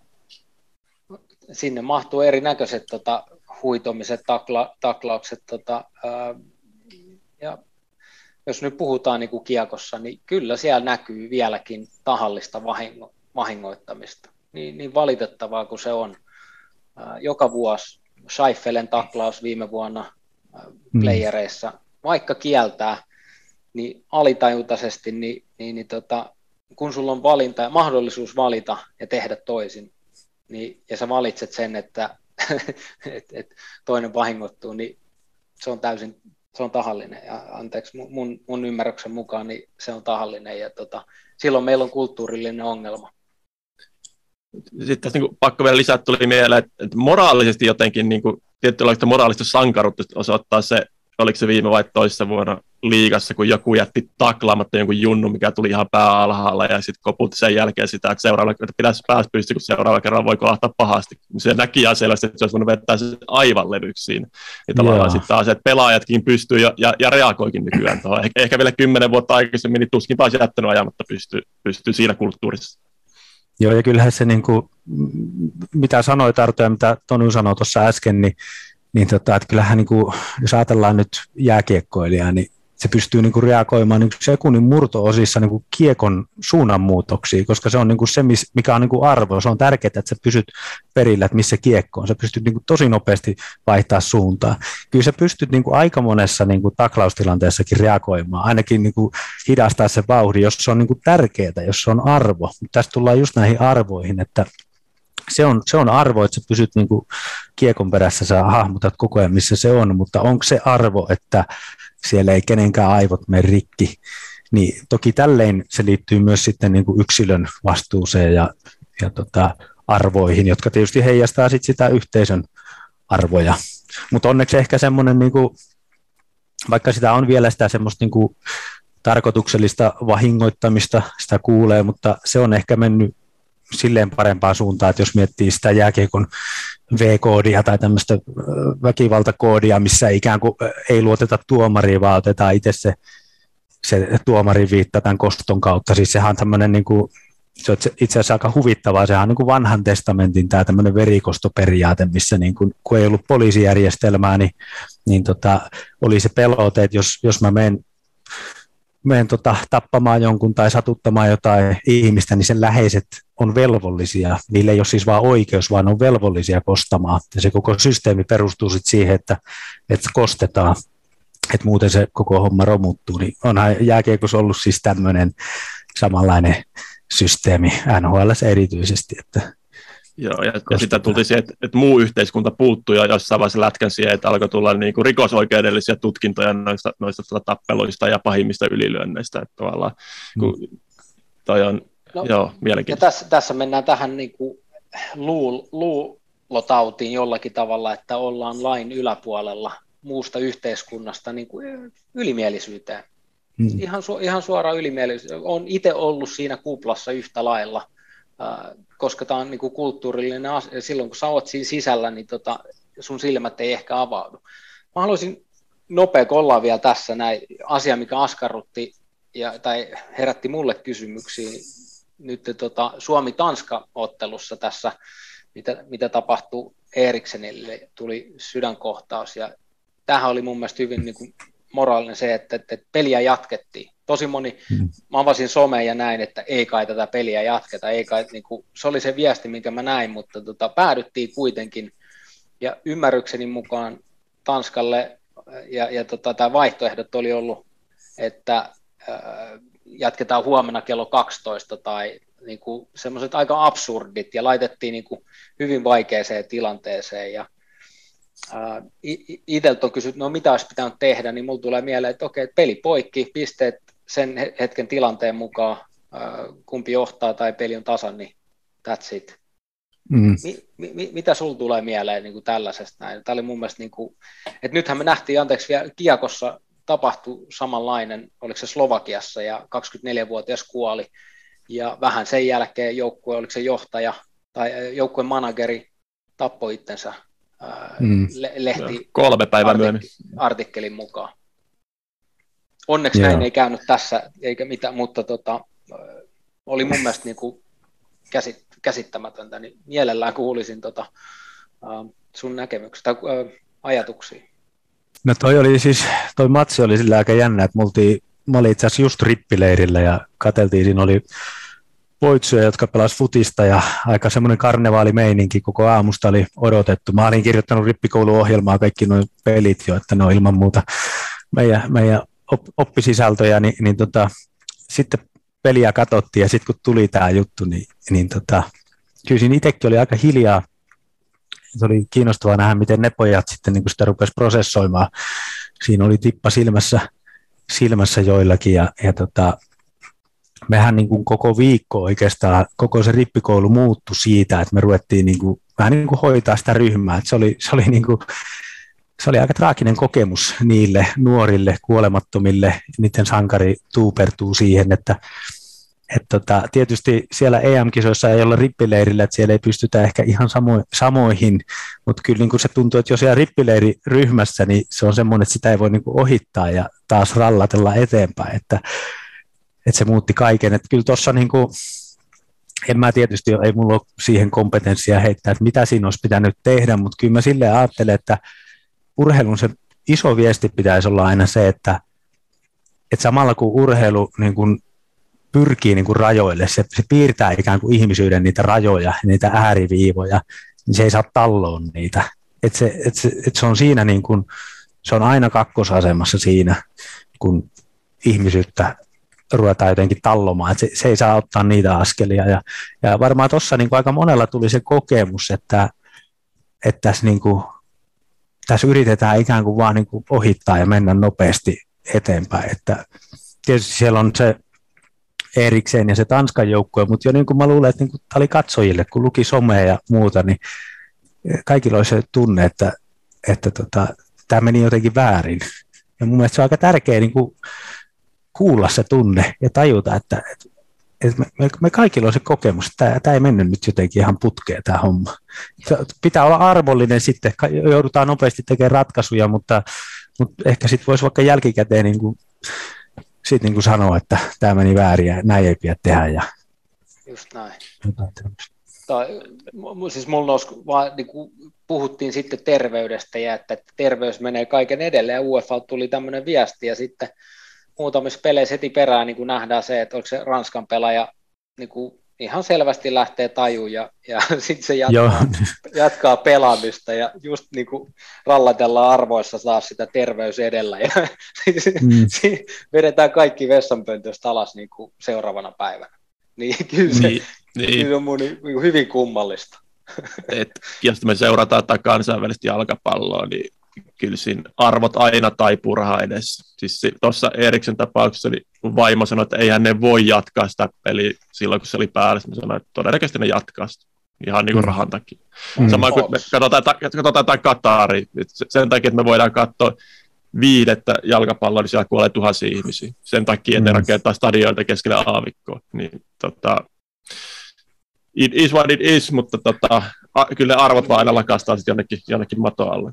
Sinne mahtuu erinäköiset huitomiset, taklaukset, ja jos nyt puhutaan niin kuin kiekossa, niin kyllä siellä näkyy vieläkin tahallista vahingoittamista. Niin valitettavaa kuin se on. Joka vuosi Scheifelen taklaus viime vuonna playereissa, vaikka kieltää, niin alitajuntaisesti, kun sulla on mahdollisuus valita ja tehdä toisin, niin, ja sä valitset sen, että toinen vahingoittuu, niin se on tahallinen. Ja anteeksi, mun ymmärryksen mukaan niin se on tahallinen, ja silloin meillä on kulttuurillinen ongelma. Sitten tässä niin pakko vielä lisää tuli mieleen, että moraalisesti jotenkin niin tietynlaista moraalista sankaruutta osoittaa se, oliko se viime vai toissa vuonna liigassa, kun joku jätti taklaamatta jonkun junnu, mikä tuli ihan pää alhaalla, ja sitten koputti sen jälkeen sitä, että seuraavalla kerralla pitäisi päästä pystyä, kun seuraavalla kerralla voi kolahtaa pahasti. Se näki ihan selvästi, että se olisi voinut vettää sen aivan levyksi siinä. Ja tavallaan sitten taas, että pelaajatkin pystyy ja reagoikin nykyään tuohon. Ehkä vielä 10 vuotta aikaisemmin, niin tuskin taas jättänyt ajamatta pystyy siinä kulttuurissa. Joo, ja kyllähän se, niin kuin, mitä sanoi Tarto ja mitä Tonu sanoi tuossa äsken, niin että kyllähän, niin kuin, jos ajatellaan nyt jääkiekkoilijaa, niin se pystyy niin kuin reagoimaan niin kuin sekunnin murto-osissa niin kuin kiekon suunnanmuutoksiin, koska se on niin kuin se, mikä on niin kuin arvo. Se on tärkeää, että sä pysyt perillä, että missä kiekko on. Sä pystyt niin kuin tosi nopeasti vaihtaa suuntaa. Kyllä sä pystyt niin kuin aika monessa niin kuin taklaustilanteessakin reagoimaan, ainakin niin kuin hidastaa se vauhdin, jos se on niin kuin tärkeää, jos se on arvo. Tästä tullaan just näihin arvoihin, että se on arvo, että sä pysyt niin kuin kiekon perässä, sä hahmotat koko ajan, missä se on, mutta onko se arvo, että siellä ei kenenkään aivot mene rikki, niin toki tälleen se liittyy myös sitten niin kuin yksilön vastuuseen ja arvoihin, jotka tietysti heijastaa sit sitä yhteisön arvoja. Mutta onneksi ehkä semmoinen, niin kuin, vaikka sitä on vielä sitä semmoista niin kuin tarkoituksellista vahingoittamista, sitä kuulee, mutta se on ehkä mennyt silleen parempaan suuntaan, että jos miettii sitä jääkiekon V-koodia tai tämmöistä väkivaltakoodia, missä ikään kuin ei luoteta tuomariin, vaan otetaan itse se tuomarin viitta tämän koston kautta. Siis sehän on tämmöinen, niin kuin, se on itse asiassa aika huvittavaa, sehän on niin kuin vanhan testamentin tämä tämmöinen verikostoperiaate, missä niin kuin, kun ei ollut poliisijärjestelmää, niin oli se pelote, että jos mä menen tappamaan jonkun tai satuttamaan jotain ihmistä, niin sen läheiset on velvollisia. Niillä ei ole siis vaan oikeus, vaan on velvollisia kostamaan. Ja se koko systeemi perustuu sitten siihen, että kostetaan, että muuten se koko homma romuttuu. Niin onhan jääkiekossa ollut siis tämmöinen samanlainen systeemi, NHL:ssä erityisesti. Että joo, ja sitä tultiin siihen, että muu yhteiskunta puuttui, ja jossain vaiheessa lätkän siihen, että alkoi tulla niin kuin rikosoikeudellisia tutkintoja noista tappeluista ja pahimmista ylilyönneistä. Että tavallaan, kun toi on, joo, mielenkiintoista. Ja tässä mennään tähän niin kuin lotautiin jollakin tavalla, että ollaan lain yläpuolella muusta yhteiskunnasta niin kuin ylimielisyyteen. Ihan suora ylimielisyys. Olen itse ollut siinä kuplassa yhtä lailla, koska tämä on niin kuin kulttuurillinen asia. Silloin kun sä oot siinä sisällä, niin sun silmät ei ehkä avaudu. Mä haluaisin nopea, kun ollaan vielä tässä, näin asia, mikä askarrutti tai herätti mulle kysymyksiä nyt Suomi-Tanska-ottelussa tässä, mitä tapahtui Eriksenille, tuli sydänkohtaus, ja tämähän oli mun mielestä hyvin niin kuin moraalinen se, että peliä jatkettiin. Tosi moni, mä avasin someen ja näin, että ei kai tätä peliä jatketa, ei kai, niin kuin, se oli se viesti, minkä mä näin, mutta päädyttiin kuitenkin, ja ymmärrykseni mukaan Tanskalle, ja tämä vaihtoehdot oli ollut, että jatketaan huomenna kello 12, tai niin kuin semmoiset aika absurdit, ja laitettiin niin kuin hyvin vaikeaseen tilanteeseen, ja itseltä on kysynyt, no mitä olisi pitänyt tehdä, niin mulla tulee mieleen, että okei, peli poikki, pisteet sen hetken tilanteen mukaan, kumpi johtaa tai peli on tasan, niin that's it. Mitä sulla tulee mieleen niin kuin tällaisesta näin? Tämä oli mun mielestä, niin kuin, että nythän me nähtiin, vielä kiekossa tapahtui samanlainen, oliko se Slovakiassa, ja 24-vuotias kuoli, ja vähän sen jälkeen joukkue, oliko se johtaja tai joukkueen manageri tappoi itsensä lehti 3 päivää myöhemmin artikkelin mukaan. Onneksi näin ei käynyt tässä, eikä mitään, mutta oli mun mielestä niin kuin käsittämätöntä, niin mielellään kuulisin sun näkemyksiä tai ajatuksia. No toi matsi oli sillä aika jännä, että mä olin itse asiassa just rippileirillä ja katseltiin, siinä oli poitsuja, jotka pelasivat futista ja aika semmoinen karnevaalimeininki koko aamusta oli odotettu. Mä olin kirjoittanut rippikouluohjelmaa kaikki nuo pelit jo, että ne on ilman muuta meidän oppisisältöjä, niin sitten peliä katsottiin ja sitten kun tuli tämä juttu, niin kyllä siinä itsekin oli aika hiljaa. Se oli kiinnostavaa nähdä, miten ne pojat sitten niin sitä rupesi prosessoimaan. Siinä oli tippa silmässä joillakin ja mehän niin kuin koko viikko oikeastaan, koko se rippikoulu muuttui siitä, että me ruvettiin niin kuin, vähän niin kuin hoitaa sitä ryhmää. Että se oli aika traaginen kokemus niille nuorille, kuolemattomille, niiden sankari tuupertuu siihen, että tietysti siellä EM-kisoissa ei olla rippileirillä, että siellä ei pystytä ehkä ihan samoihin, mutta kyllä niin kuin se tuntuu, että jos siellä rippileiriryhmässä, niin se on semmoinen, että sitä ei voi niin kuin ohittaa ja taas rallatella eteenpäin, että se muutti kaiken. Että kyllä tuossa, niin kuin, en mä tietysti, ei mulla ole siihen kompetenssia heittää, että mitä siinä olisi pitänyt tehdä, mutta kyllä mä silleen ajattelen, että urheilun se iso viesti pitäisi olla aina se, että samalla kun urheilu niin kuin pyrkii niin kuin rajoille, se piirtää ikään kuin ihmisyyden niitä rajoja, niitä ääriviivoja, niin se ei saa talloon niitä. Se on siinä niin kuin, se on aina kakkosasemassa siinä, kun ihmisyyttä ruvetaan jotenkin tallomaan, että se ei saa ottaa niitä askelia. Ja varmaan tuossa niin kuin aika monella tuli se kokemus, että tässä yritetään ikään kuin vaan niin kuin ohittaa ja mennä nopeasti eteenpäin. Että tietysti siellä on se Eriksen ja se Tanskan joukkue, mutta jo niin kuin mä luulen, että niin kuin tämä oli katsojille, kun luki somea ja muuta, niin kaikilla oli se tunne, että tämä meni jotenkin väärin. Ja mun mielestä se on aika tärkeää niin kuin kuulla se tunne ja tajuta, että me kaikilla on se kokemus, että tämä ei mennyt nyt jotenkin ihan putkeen tämä homma. Pitää olla arvollinen sitten, joudutaan nopeasti tekemään ratkaisuja, mutta ehkä sitten voisi vaikka jälkikäteen niin kuin sanoa, että tämä meni väärin ja näin ei pidä tehdä. Ja just näin. Siis mulla nousi vaan, niin kuin puhuttiin sitten terveydestä ja että terveys menee kaiken edelle ja UEFA tuli tämmöinen viesti ja sitten muutamissa peleissä heti perään niin kuin nähdään se, että onko se Ranskan pelaaja niin kuin ihan selvästi lähtee tajuun ja sitten se jatkaa pelaamista ja just niin kuin rallatellaan arvoissa taas sitä terveys edellä ja vedetään kaikki vessanpöntöstä alas niin kuin seuraavana päivänä. Niin kyllä se on mun niin hyvin kummallista. Jos me seurataan tätä kansainvälistä jalkapalloa, niin kyllä siinä arvot aina taipuu rahaa edessä. Siis tuossa Eriksen tapauksessa niin vaimo sanoi, että eihän ne voi jatkaa sitä peliä silloin, kun se oli päällä. Mä sanoin, että todennäköisesti ne jatkaa sitä. ihan niin kuin rahan takia. Sama kuin me katsotaan Kataria, sen takia, että me voidaan katsoa viidettä jalkapalloa, niin siellä kuolee tuhansia ihmisiä. Sen takia, että ne rakentaa stadioita keskelle aavikkoa. Niin, it is what it is, mutta kyllä ne arvot vaan aina lakastaa sitten jonnekin maton alle.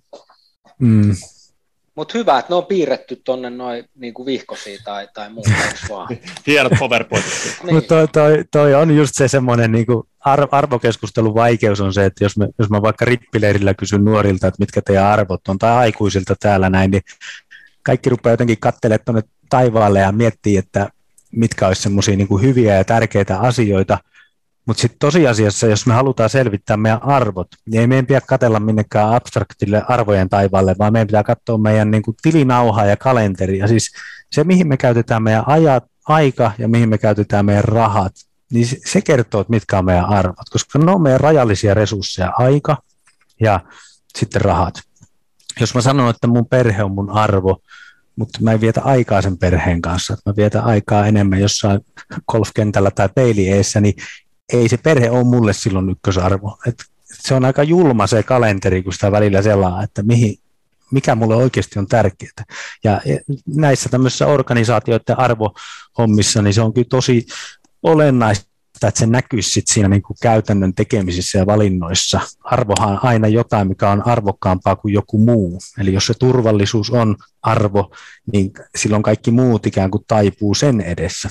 Mutta hyvä, että ne on piirretty tuonne noin niinku vihkosia tai muuta, vaan? Hienot powerpointit. Niin. Mutta toi on just se semmoinen niinku arvokeskustelun vaikeus on se, että jos mä vaikka rippileirillä kysyn nuorilta, että mitkä teidän arvot on, tai aikuisilta täällä näin, niin kaikki rupeaa jotenkin katselemaan tuonne taivaalle ja miettii, että mitkä olisi semmoisia niinku hyviä ja tärkeitä asioita. Mutta sitten tosiasiassa, jos me halutaan selvittää meidän arvot, niin ei meidän pidä katsella minnekään abstraktille arvojen taivaalle, vaan meidän pitää katsoa meidän niinku tilinauhaa ja kalenteria. Siis se, mihin me käytetään meidän aika ja mihin me käytetään meidän rahat, niin se kertoo, että mitkä on meidän arvot, koska ne on meidän rajallisia resursseja, aika ja sitten rahat. Jos mä sanon, että mun perhe on mun arvo, mutta mä en vietä aikaa sen perheen kanssa, että mä vietän aikaa enemmän jossain golfkentällä tai peili eessä, niin ei se perhe ole mulle silloin ykkösarvo. Se on aika julma se kalenteri, kun sitä välillä selaa, että mikä mulle oikeasti on tärkeää. Ja näissä tämmöisissä organisaatioiden arvohommissa, niin se on kyllä tosi olennaista, että se näkyisi sit siinä niin kuin käytännön tekemisissä ja valinnoissa. Arvohan on aina jotain, mikä on arvokkaampaa kuin joku muu. Eli jos se turvallisuus on arvo, niin silloin kaikki muut ikään kuin taipuu sen edessä.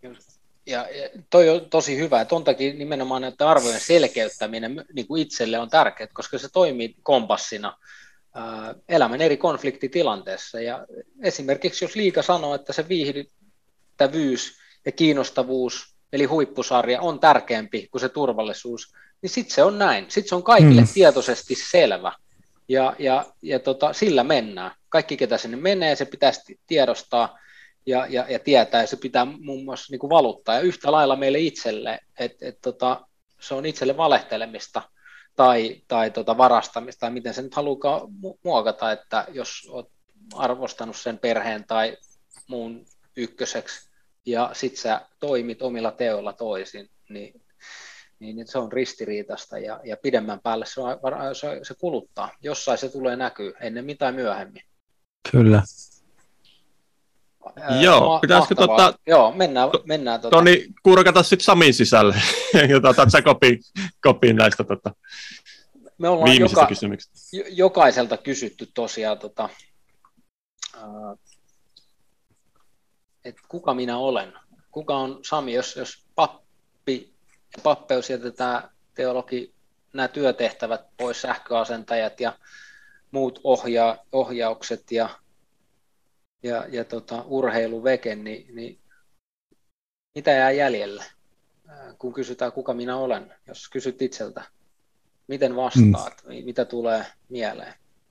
Ja toi on tosi hyvä, että on takia nimenomaan näiden arvojen selkeyttäminen niin kuin itselle on tärkeää, koska se toimii kompassina elämän eri konfliktitilanteessa. Ja esimerkiksi jos liiga sanoo, että se viihdyttävyys ja kiinnostavuus, eli huippusarja, on tärkeämpi kuin se turvallisuus, niin sitten se on näin. Sitten se on kaikille tietoisesti selvä. Ja sillä mennään. Kaikki, ketä sinne menee, se pitäisi tiedostaa. Ja tietää, ja se pitää muun muassa niin kuin valuttaa. Ja yhtä lailla meille itselle, että se on itselle valehtelemista tai varastamista, tai miten se nyt haluaa muokata, että jos olet arvostanut sen perheen tai muun ykköseksi, ja sitten sä toimit omilla teoilla toisin, niin se on ristiriitasta, ja pidemmän päälle se kuluttaa. Jossain se tulee näkyy, ennemmin tai myöhemmin. Kyllä. Joo, pitäisikö Joo, mennään Toni, kurkata sitten Samin sisälle, ja otat sä kopiin näistä me ollaan viimeisistä kysymyksistä. Jokaiselta kysytty tosiaan, että kuka minä olen? Kuka on Sami, jos pappeus jätetään teologi, nämä työtehtävät pois, sähköasentajat ja muut ohjaukset ja urheiluveke, niin mitä jää jäljelle, kun kysytään, kuka minä olen? Jos kysyt itseltä, miten vastaat, mitä tulee mieleen?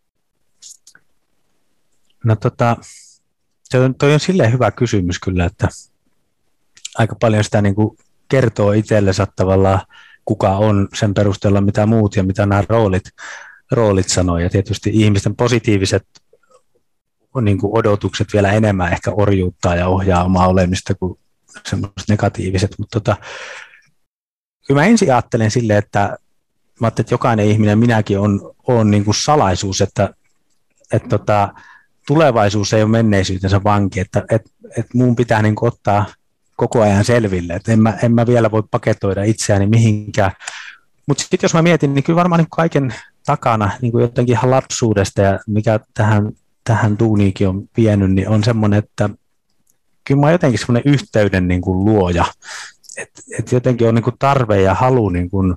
No toi on silleen hyvä kysymys kyllä, että aika paljon sitä niin kuin kertoo itsellensä tavallaan, kuka on sen perusteella, mitä muut ja mitä nämä roolit sanoo, ja tietysti ihmisten positiiviset niin kuin odotukset vielä enemmän ehkä orjuuttaa ja ohjaa omaa olemista kuin semmoiset negatiiviset, mutta kyllä mä ensin ajattelen silleen, että jokainen ihminen, minäkin on niin kuin salaisuus, että tulevaisuus ei ole menneisyytensä vanki, että mun pitää niin kuin ottaa koko ajan selville, että en mä vielä voi paketoida itseäni mihinkään, mutta sitten jos mä mietin, niin kyllä varmaan niin kaiken takana niin kuin jotenkin ihan lapsuudesta ja mikä tähän duuniinkin on vienyt, niin on semmoinen, että kyllä mä oon jotenkin semmoinen yhteyden niin kuin luoja, että jotenkin on niin kuin tarve ja halu niin kuin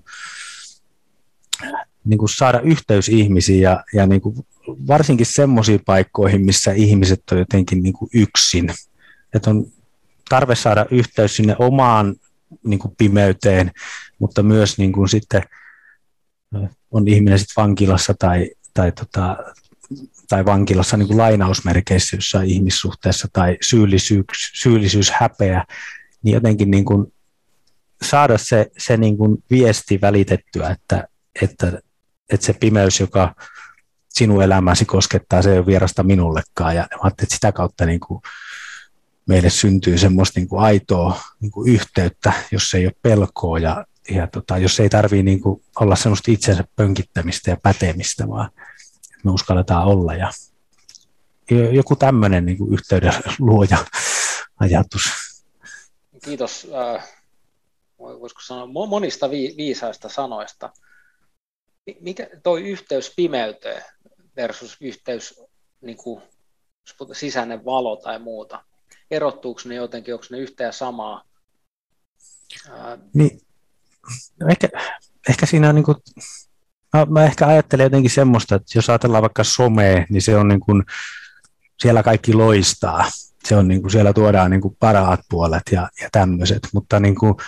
saada yhteys ihmisiin ja niin kuin varsinkin semmoisiin paikkoihin, missä ihmiset on jotenkin niin kuin yksin, että on tarve saada yhteys sinne omaan niin kuin pimeyteen, mutta myös niin kuin sitten on ihminen sitten vankilassa tai vankilassa niin kuin lainausmerkeissä jossain ihmissuhteessa tai syyllisyys, häpeä, niin jotenkin niin kuin saada se niin kuin viesti välitettyä, että se pimeys, joka sinun elämäsi koskettaa, se ei ole vierasta minullekaan. Ja että sitä kautta niin kuin meille syntyy semmoista niin kuin aitoa niin kuin yhteyttä, jos ei ole pelkoa ja jos ei tarvitse niin kuin olla semmoista itsensä pönkittämistä ja pätemistä, vaan me uskalletaan olla ja joku tämmöinen niin kuin yhteyden luoja ajatus. Kiitos, voisiko sanoa, monista viisaista sanoista. Mikä toi yhteys pimeyteen versus yhteys niin kuin sisäinen valo tai muuta? Erottuuko ne jotenkin, onko ne yhtä ja samaa? Niin, ehkä siinä on niin kuin, mä ehkä ajattelen jotenkin semmoista, että jos ajatellaan vaikka somea, niin se on niin kuin, siellä kaikki loistaa. Se on niin kuin, siellä tuodaan niin kuin parhaat puolet ja tämmöiset, mutta niin kuin,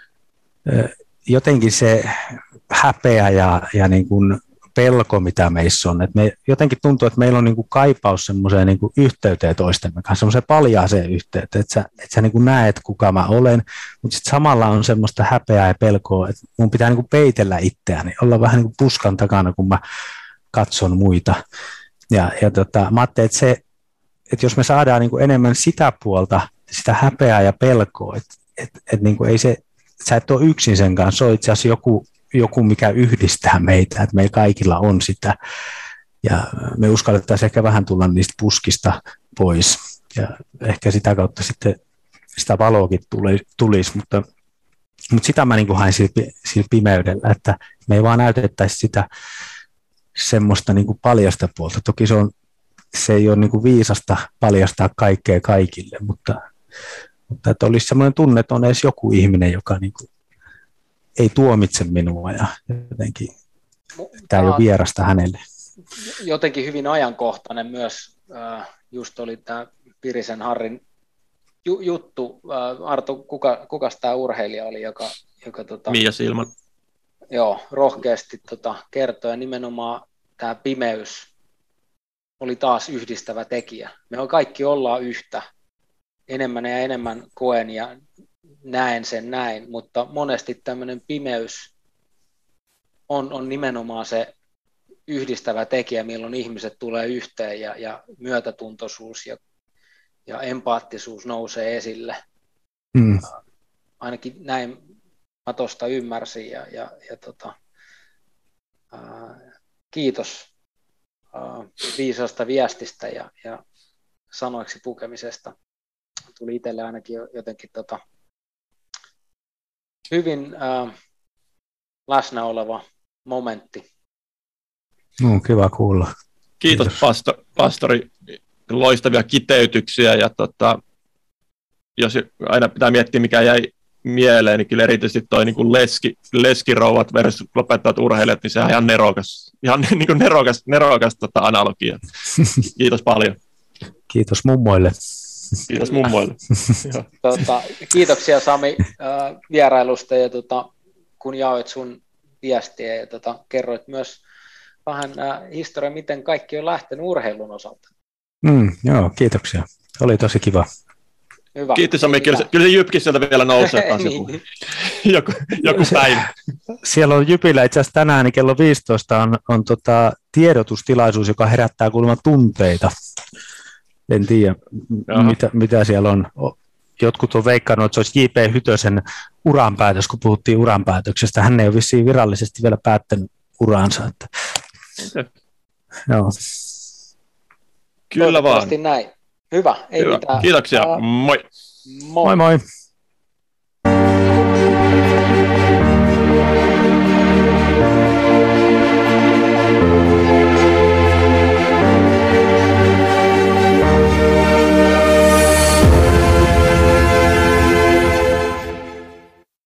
jotenkin se häpeä ja niin kuin pelko, mitä meissä on, että me jotenkin tuntuu, että meillä on niin kuin kaipaus semmoiseen niin kuin yhteyteen toistemme kanssa, semmoiseen paljaaseen yhteyteen, että sä niin kuin näet, kuka mä olen, mutta sitten samalla on semmoista häpeää ja pelkoa, että mun pitää niin kuin peitellä itseäni, olla vähän niin kuin puskan takana, kun mä katson muita. Ja mä ajattelin, että jos me saadaan niin kuin enemmän sitä puolta, sitä häpeää ja pelkoa, että niin kuin ei se, sä et ole yksin sen kanssa, se on itse asiassa joku, mikä yhdistää meitä, että meillä kaikilla on sitä, ja me uskallettaisiin ehkä vähän tulla niistä puskista pois, ja ehkä sitä kautta sitten sitä valoakin tulisi, mutta sitä mä niin kuin hain sillä pimeydellä, että me ei vaan näytettäisi sitä semmoista niin kuin paljasta puolta. Toki se ei ole niin kuin viisasta paljastaa kaikkea kaikille, mutta että olisi semmoinen tunne, että on edes joku ihminen, joka niin kuin ei tuomitse minua ja jotenkin tämä ei ole vierasta hänelle. Jotenkin hyvin ajankohtainen myös, just oli tämä Pirisen Harrin juttu. Arto, kukas tämä urheilija oli, joka Mia Silman. Joo, rohkeasti kertoi, ja nimenomaan tämä pimeys oli taas yhdistävä tekijä. Me kaikki ollaan yhtä. Enemmän ja enemmän koen ja näen sen näin, mutta monesti tämmöinen pimeys on nimenomaan se yhdistävä tekijä, milloin ihmiset tulee yhteen ja myötätuntoisuus ja empaattisuus nousee esille. Ainakin näin mä tuosta ymmärsin kiitos viisaasta viestistä ja sanoiksi pukemisesta. Tuli itselle ainakin jotenkin hyvin läsnä oleva momentti. Kiva kuulla. Kiitos. Pastori, loistavia kiteytyksiä, ja jos aina pitää miettiä, mikä jäi mieleen, niin kyllä erityisesti toi niin kuin leskirouvat versus lopettavat urheilijat, niin se on ihan niin kuin nerokas analogia. Kiitos paljon. Kiitos mummoille. Kiitos mummoille. Kiitoksia Sami vierailusta, ja kun jaoit sun viestiä ja kerroit myös vähän historiaa, miten kaikki on lähtenyt urheilun osalta. Joo, kiitoksia. Oli tosi kiva. Hyvä. Kiitos Sami, kyllä se Jypkin sieltä vielä nousee taas joku päivä. Siellä on Jypillä itse asiassa tänään niin kello 15 on tiedotustilaisuus, joka herättää kuulemma tunteita. En tiedä, mitä siellä on. Jotkut on veikannut, että se olisi J.P. Hytösen uranpäätös, kun puhuttiin uranpäätöksestä. Hän ei ole vissiin virallisesti vielä päättänyt uransa. Okay. Joo. Kyllä vaan. Näin. Hyvä, ei Hyvä. mitään. Kiitoksia, moi. Moi moi.